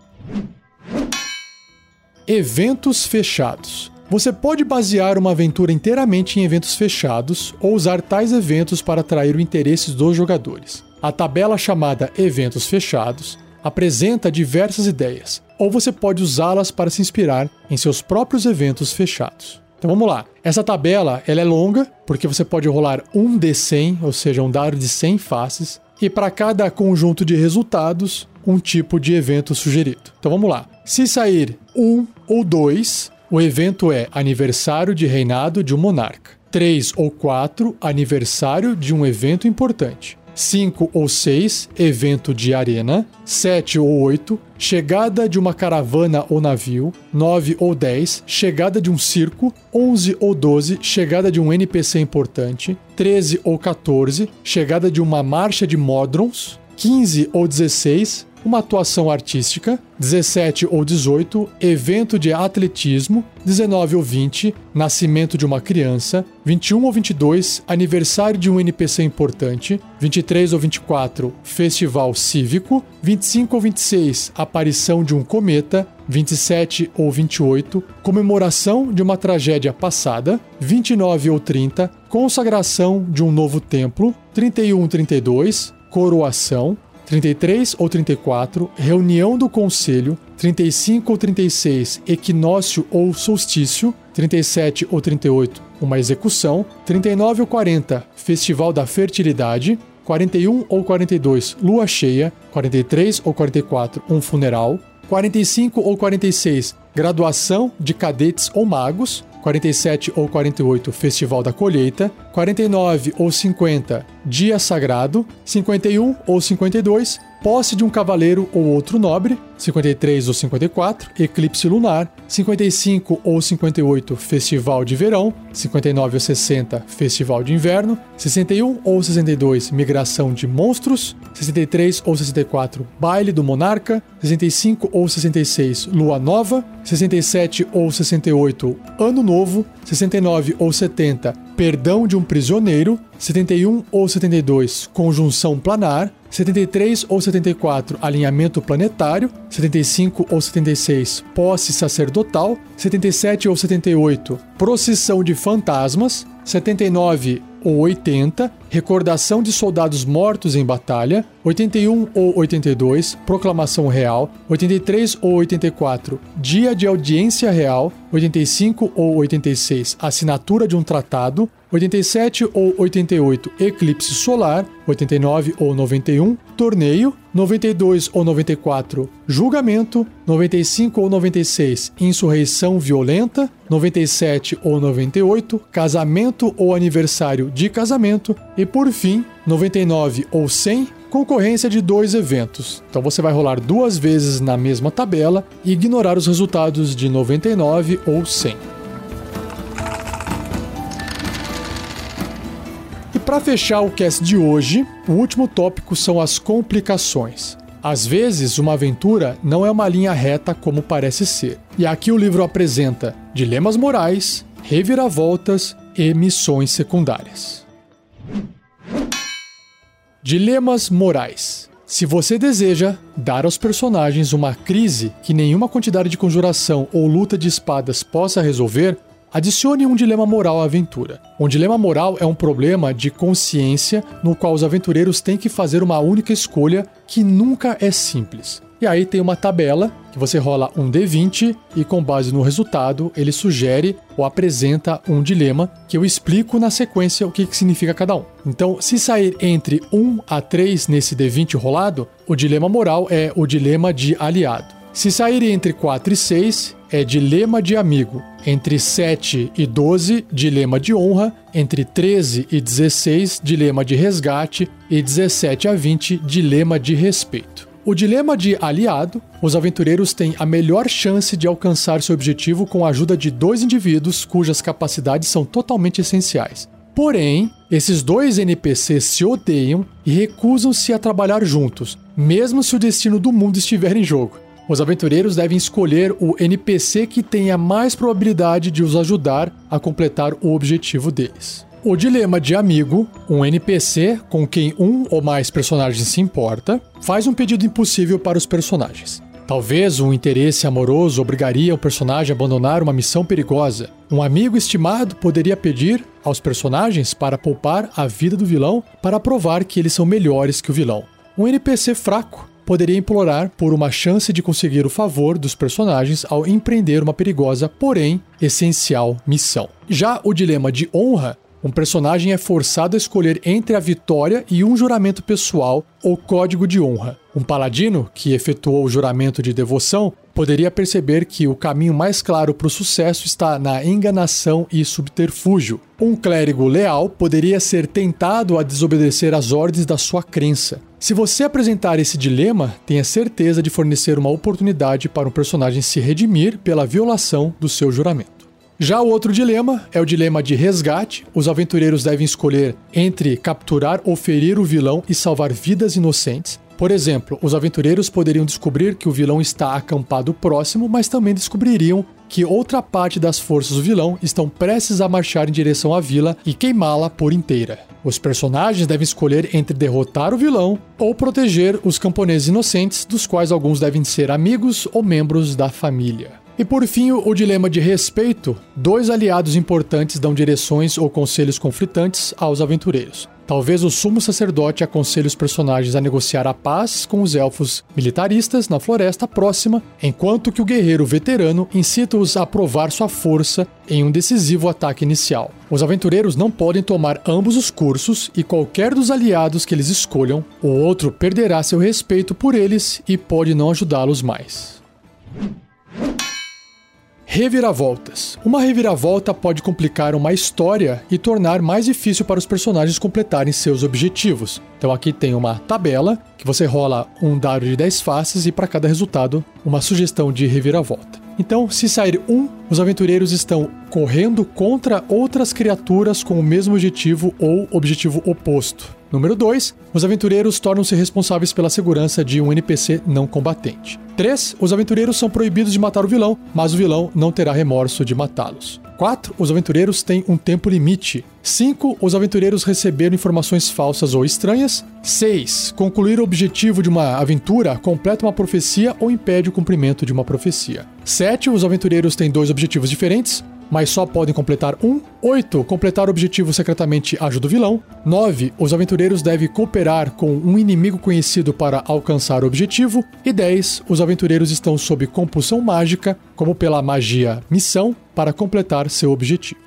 Eventos fechados. Você pode basear uma aventura inteiramente em eventos fechados ou usar tais eventos para atrair o interesse dos jogadores. A tabela chamada Eventos Fechados apresenta diversas ideias, ou você pode usá-las para se inspirar em seus próprios eventos fechados. Então vamos lá. Essa tabela ela é longa, porque você pode rolar um D cem, ou seja, um dado de cem faces, e para cada conjunto de resultados, um tipo de evento sugerido. Então vamos lá. Se sair um ou dois, o evento é aniversário de reinado de um monarca. três ou quatro, aniversário de um evento importante. cinco ou seis, evento de arena. sete ou oito, chegada de uma caravana ou navio. nove ou dez, chegada de um circo. onze ou doze, chegada de um N P C importante. treze ou quatorze, chegada de uma marcha de Modrons. quinze ou dezesseis, uma atuação artística. dezessete ou dezoito, evento de atletismo. dezenove ou vinte, nascimento de uma criança. vinte e um ou vinte e dois, aniversário de um N P C importante. vinte e três ou vinte e quatro, festival cívico. vinte e cinco ou vinte e seis, aparição de um cometa. vinte e sete ou vinte e oito, comemoração de uma tragédia passada. vinte e nove ou trinta, consagração de um novo templo. trinta e um ou trinta e dois, coroação. trinta e três ou trinta e quatro, reunião do conselho. trinta e cinco ou trinta e seis, equinócio ou solstício. trinta e sete ou trinta e oito, uma execução. trinta e nove ou quarenta, festival da fertilidade. quarenta e um ou quarenta e dois, lua cheia. quarenta e três ou quarenta e quatro, um funeral. quarenta e cinco ou quarenta e seis, graduação de cadetes ou magos. quarenta e sete ou quarenta e oito, festival da colheita. quarenta e nove ou cinquenta, dia sagrado. cinquenta e um ou cinquenta e dois, posse de um cavaleiro ou outro nobre. cinquenta e três ou cinquenta e quatro, eclipse lunar. cinquenta e cinco ou cinquenta e oito, festival de verão. cinquenta e nove ou sessenta, festival de inverno. sessenta e um ou sessenta e dois, migração de monstros. sessenta e três ou sessenta e quatro, baile do monarca. sessenta e cinco ou sessenta e seis, lua nova. sessenta e sete ou sessenta e oito, ano novo. sessenta e nove ou setenta, perdão de um prisioneiro. setenta e um ou setenta e dois, conjunção planar. setenta e três ou setenta e quatro, alinhamento planetário. setenta e cinco ou setenta e seis, posse sacerdotal. setenta e sete ou setenta e oito, procissão de fantasmas. setenta e nove ou oitenta, recordação de soldados mortos em batalha. oitenta e um ou oitenta e dois, proclamação real. oitenta e três ou oitenta e quatro, dia de audiência real. oitenta e cinco ou oitenta e seis, assinatura de um tratado. oitenta e sete ou oitenta e oito, eclipse solar. oitenta e nove ou noventa e um, torneio. noventa e dois ou noventa e quatro, julgamento. noventa e cinco ou noventa e seis, insurreição violenta. noventa e sete ou noventa e oito, casamento ou aniversário de casamento. E por fim, noventa e nove ou cem, concorrência de dois eventos. Então você vai rolar duas vezes na mesma tabela e ignorar os resultados de noventa e nove ou cem. E para fechar o cast de hoje, o último tópico são as complicações. Às vezes, uma aventura não é uma linha reta como parece ser. E aqui o livro apresenta dilemas morais, reviravoltas e missões secundárias. Dilemas morais. Se você deseja dar aos personagens uma crise que nenhuma quantidade de conjuração ou luta de espadas possa resolver, adicione um dilema moral à aventura. Um dilema moral é um problema de consciência no qual os aventureiros têm que fazer uma única escolha que nunca é simples. E aí tem uma tabela que você rola um D vinte e com base no resultado ele sugere ou apresenta um dilema que eu explico na sequência o que, que significa cada um. Então, se sair entre um a três nesse D vinte rolado, o dilema moral é o dilema de aliado. Se sair entre quatro e seis, é dilema de amigo. Entre sete e doze, dilema de honra. Entre treze e dezesseis, dilema de resgate. E dezessete a vinte, dilema de respeito. O dilema de aliado, os aventureiros têm a melhor chance de alcançar seu objetivo com a ajuda de dois indivíduos cujas capacidades são totalmente essenciais. Porém, esses dois N P Cs se odeiam e recusam-se a trabalhar juntos, mesmo se o destino do mundo estiver em jogo. Os aventureiros devem escolher o N P C que tenha mais probabilidade de os ajudar a completar o objetivo deles. O dilema de amigo, um N P C com quem um ou mais personagens se importa, faz um pedido impossível para os personagens. Talvez um interesse amoroso obrigaria o personagem a abandonar uma missão perigosa. Um amigo estimado poderia pedir aos personagens para poupar a vida do vilão para provar que eles são melhores que o vilão. Um N P C fraco poderia implorar por uma chance de conseguir o favor dos personagens ao empreender uma perigosa, porém essencial missão. Já o dilema de honra, um personagem é forçado a escolher entre a vitória e um juramento pessoal ou código de honra. Um paladino, que efetuou o juramento de devoção, poderia perceber que o caminho mais claro para o sucesso está na enganação e subterfúgio. Um clérigo leal poderia ser tentado a desobedecer às ordens da sua crença. Se você apresentar esse dilema, tenha certeza de fornecer uma oportunidade para um personagem se redimir pela violação do seu juramento. Já o outro dilema é o dilema de resgate. Os aventureiros devem escolher entre capturar ou ferir o vilão e salvar vidas inocentes. Por exemplo, os aventureiros poderiam descobrir que o vilão está acampado próximo, mas também descobririam que outra parte das forças do vilão estão prestes a marchar em direção à vila e queimá-la por inteira. Os personagens devem escolher entre derrotar o vilão ou proteger os camponeses inocentes, dos quais alguns devem ser amigos ou membros da família. E por fim, o dilema de respeito. Dois aliados importantes dão direções ou conselhos conflitantes aos aventureiros. Talvez o sumo sacerdote aconselhe os personagens a negociar a paz com os elfos militaristas na floresta próxima, enquanto que o guerreiro veterano incita-os a provar sua força em um decisivo ataque inicial. Os aventureiros não podem tomar ambos os cursos e qualquer dos aliados que eles escolham, o outro perderá seu respeito por eles e pode não ajudá-los mais. Reviravoltas. Uma reviravolta pode complicar uma história e tornar mais difícil para os personagens completarem seus objetivos. Então aqui tem uma tabela que você rola um dado de dez faces e para cada resultado uma sugestão de reviravolta. Então, se sair um, os aventureiros estão correndo contra outras criaturas com o mesmo objetivo ou objetivo oposto. Número dois, os aventureiros tornam-se responsáveis pela segurança de um N P C não combatente. três, os aventureiros são proibidos de matar o vilão, mas o vilão não terá remorso de matá-los. quatro. Os aventureiros têm um tempo limite. cinco. Os aventureiros receberam informações falsas ou estranhas. seis. Concluir o objetivo de uma aventura completa uma profecia ou impede o cumprimento de uma profecia. sete. Os aventureiros têm dois objetivos diferentes, mas só podem completar um. oito. Completar o objetivo secretamente ajuda o vilão. nove. Os aventureiros devem cooperar com um inimigo conhecido para alcançar o objetivo. E dez. Os aventureiros estão sob compulsão mágica, como pela magia missão, para completar seu objetivo.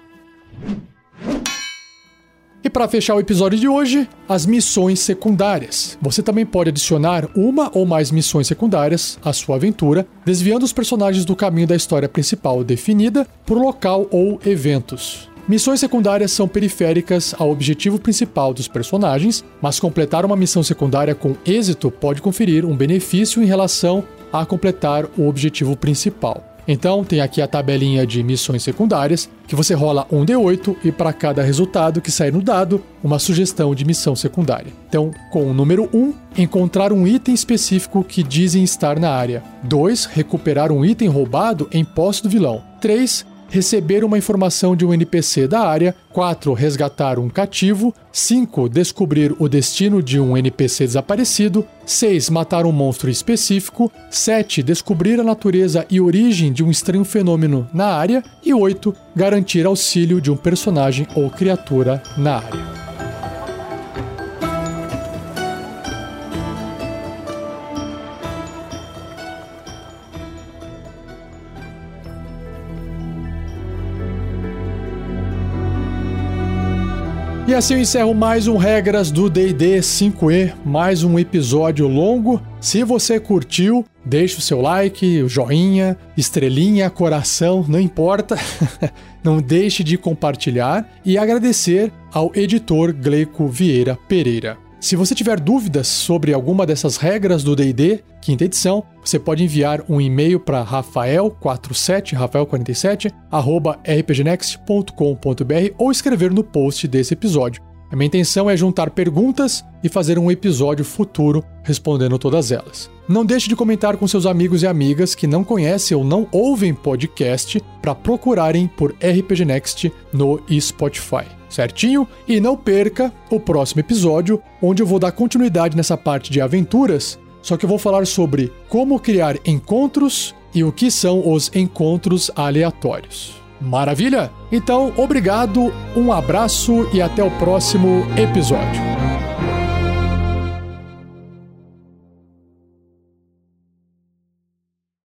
E para fechar o episódio de hoje, as missões secundárias. Você também pode adicionar uma ou mais missões secundárias à sua aventura, desviando os personagens do caminho da história principal definida por local ou eventos. Missões secundárias são periféricas ao objetivo principal dos personagens, mas completar uma missão secundária com êxito pode conferir um benefício em relação a completar o objetivo principal. Então, tem aqui a tabelinha de missões secundárias, que você rola um D oito e para cada resultado que sair no dado, uma sugestão de missão secundária. Então, com o número um, encontrar um item específico que dizem estar na área. dois. Recuperar um item roubado em posse do vilão. três. Receber uma informação de um N P C da área. quatro. Resgatar um cativo. cinco. Descobrir o destino de um N P C desaparecido. seis. Matar um monstro específico. sete. Descobrir a natureza e origem de um estranho fenômeno na área. E oito. Garantir auxílio de um personagem ou criatura na área. E assim eu encerro mais um Regras do D e D cinco E, mais um episódio longo. Se você curtiu, deixe o seu like, o joinha, estrelinha, coração, não importa. Não deixe de compartilhar e agradecer ao editor Gleico Vieira Pereira. Se você tiver dúvidas sobre alguma dessas regras do D e D, quinta edição, você pode enviar um e-mail para rafael quarenta e sete, rafael quarenta e sete, arroba r p g next ponto com ponto b r ou escrever no post desse episódio. A minha intenção é juntar perguntas e fazer um episódio futuro respondendo todas elas. Não deixe de comentar com seus amigos e amigas que não conhecem ou não ouvem podcast para procurarem por R P G Next no Spotify. Certinho? E não perca o próximo episódio, onde eu vou dar continuidade nessa parte de aventuras, só que eu vou falar sobre como criar encontros e o que são os encontros aleatórios. Maravilha? Então, obrigado, um abraço e até o próximo episódio.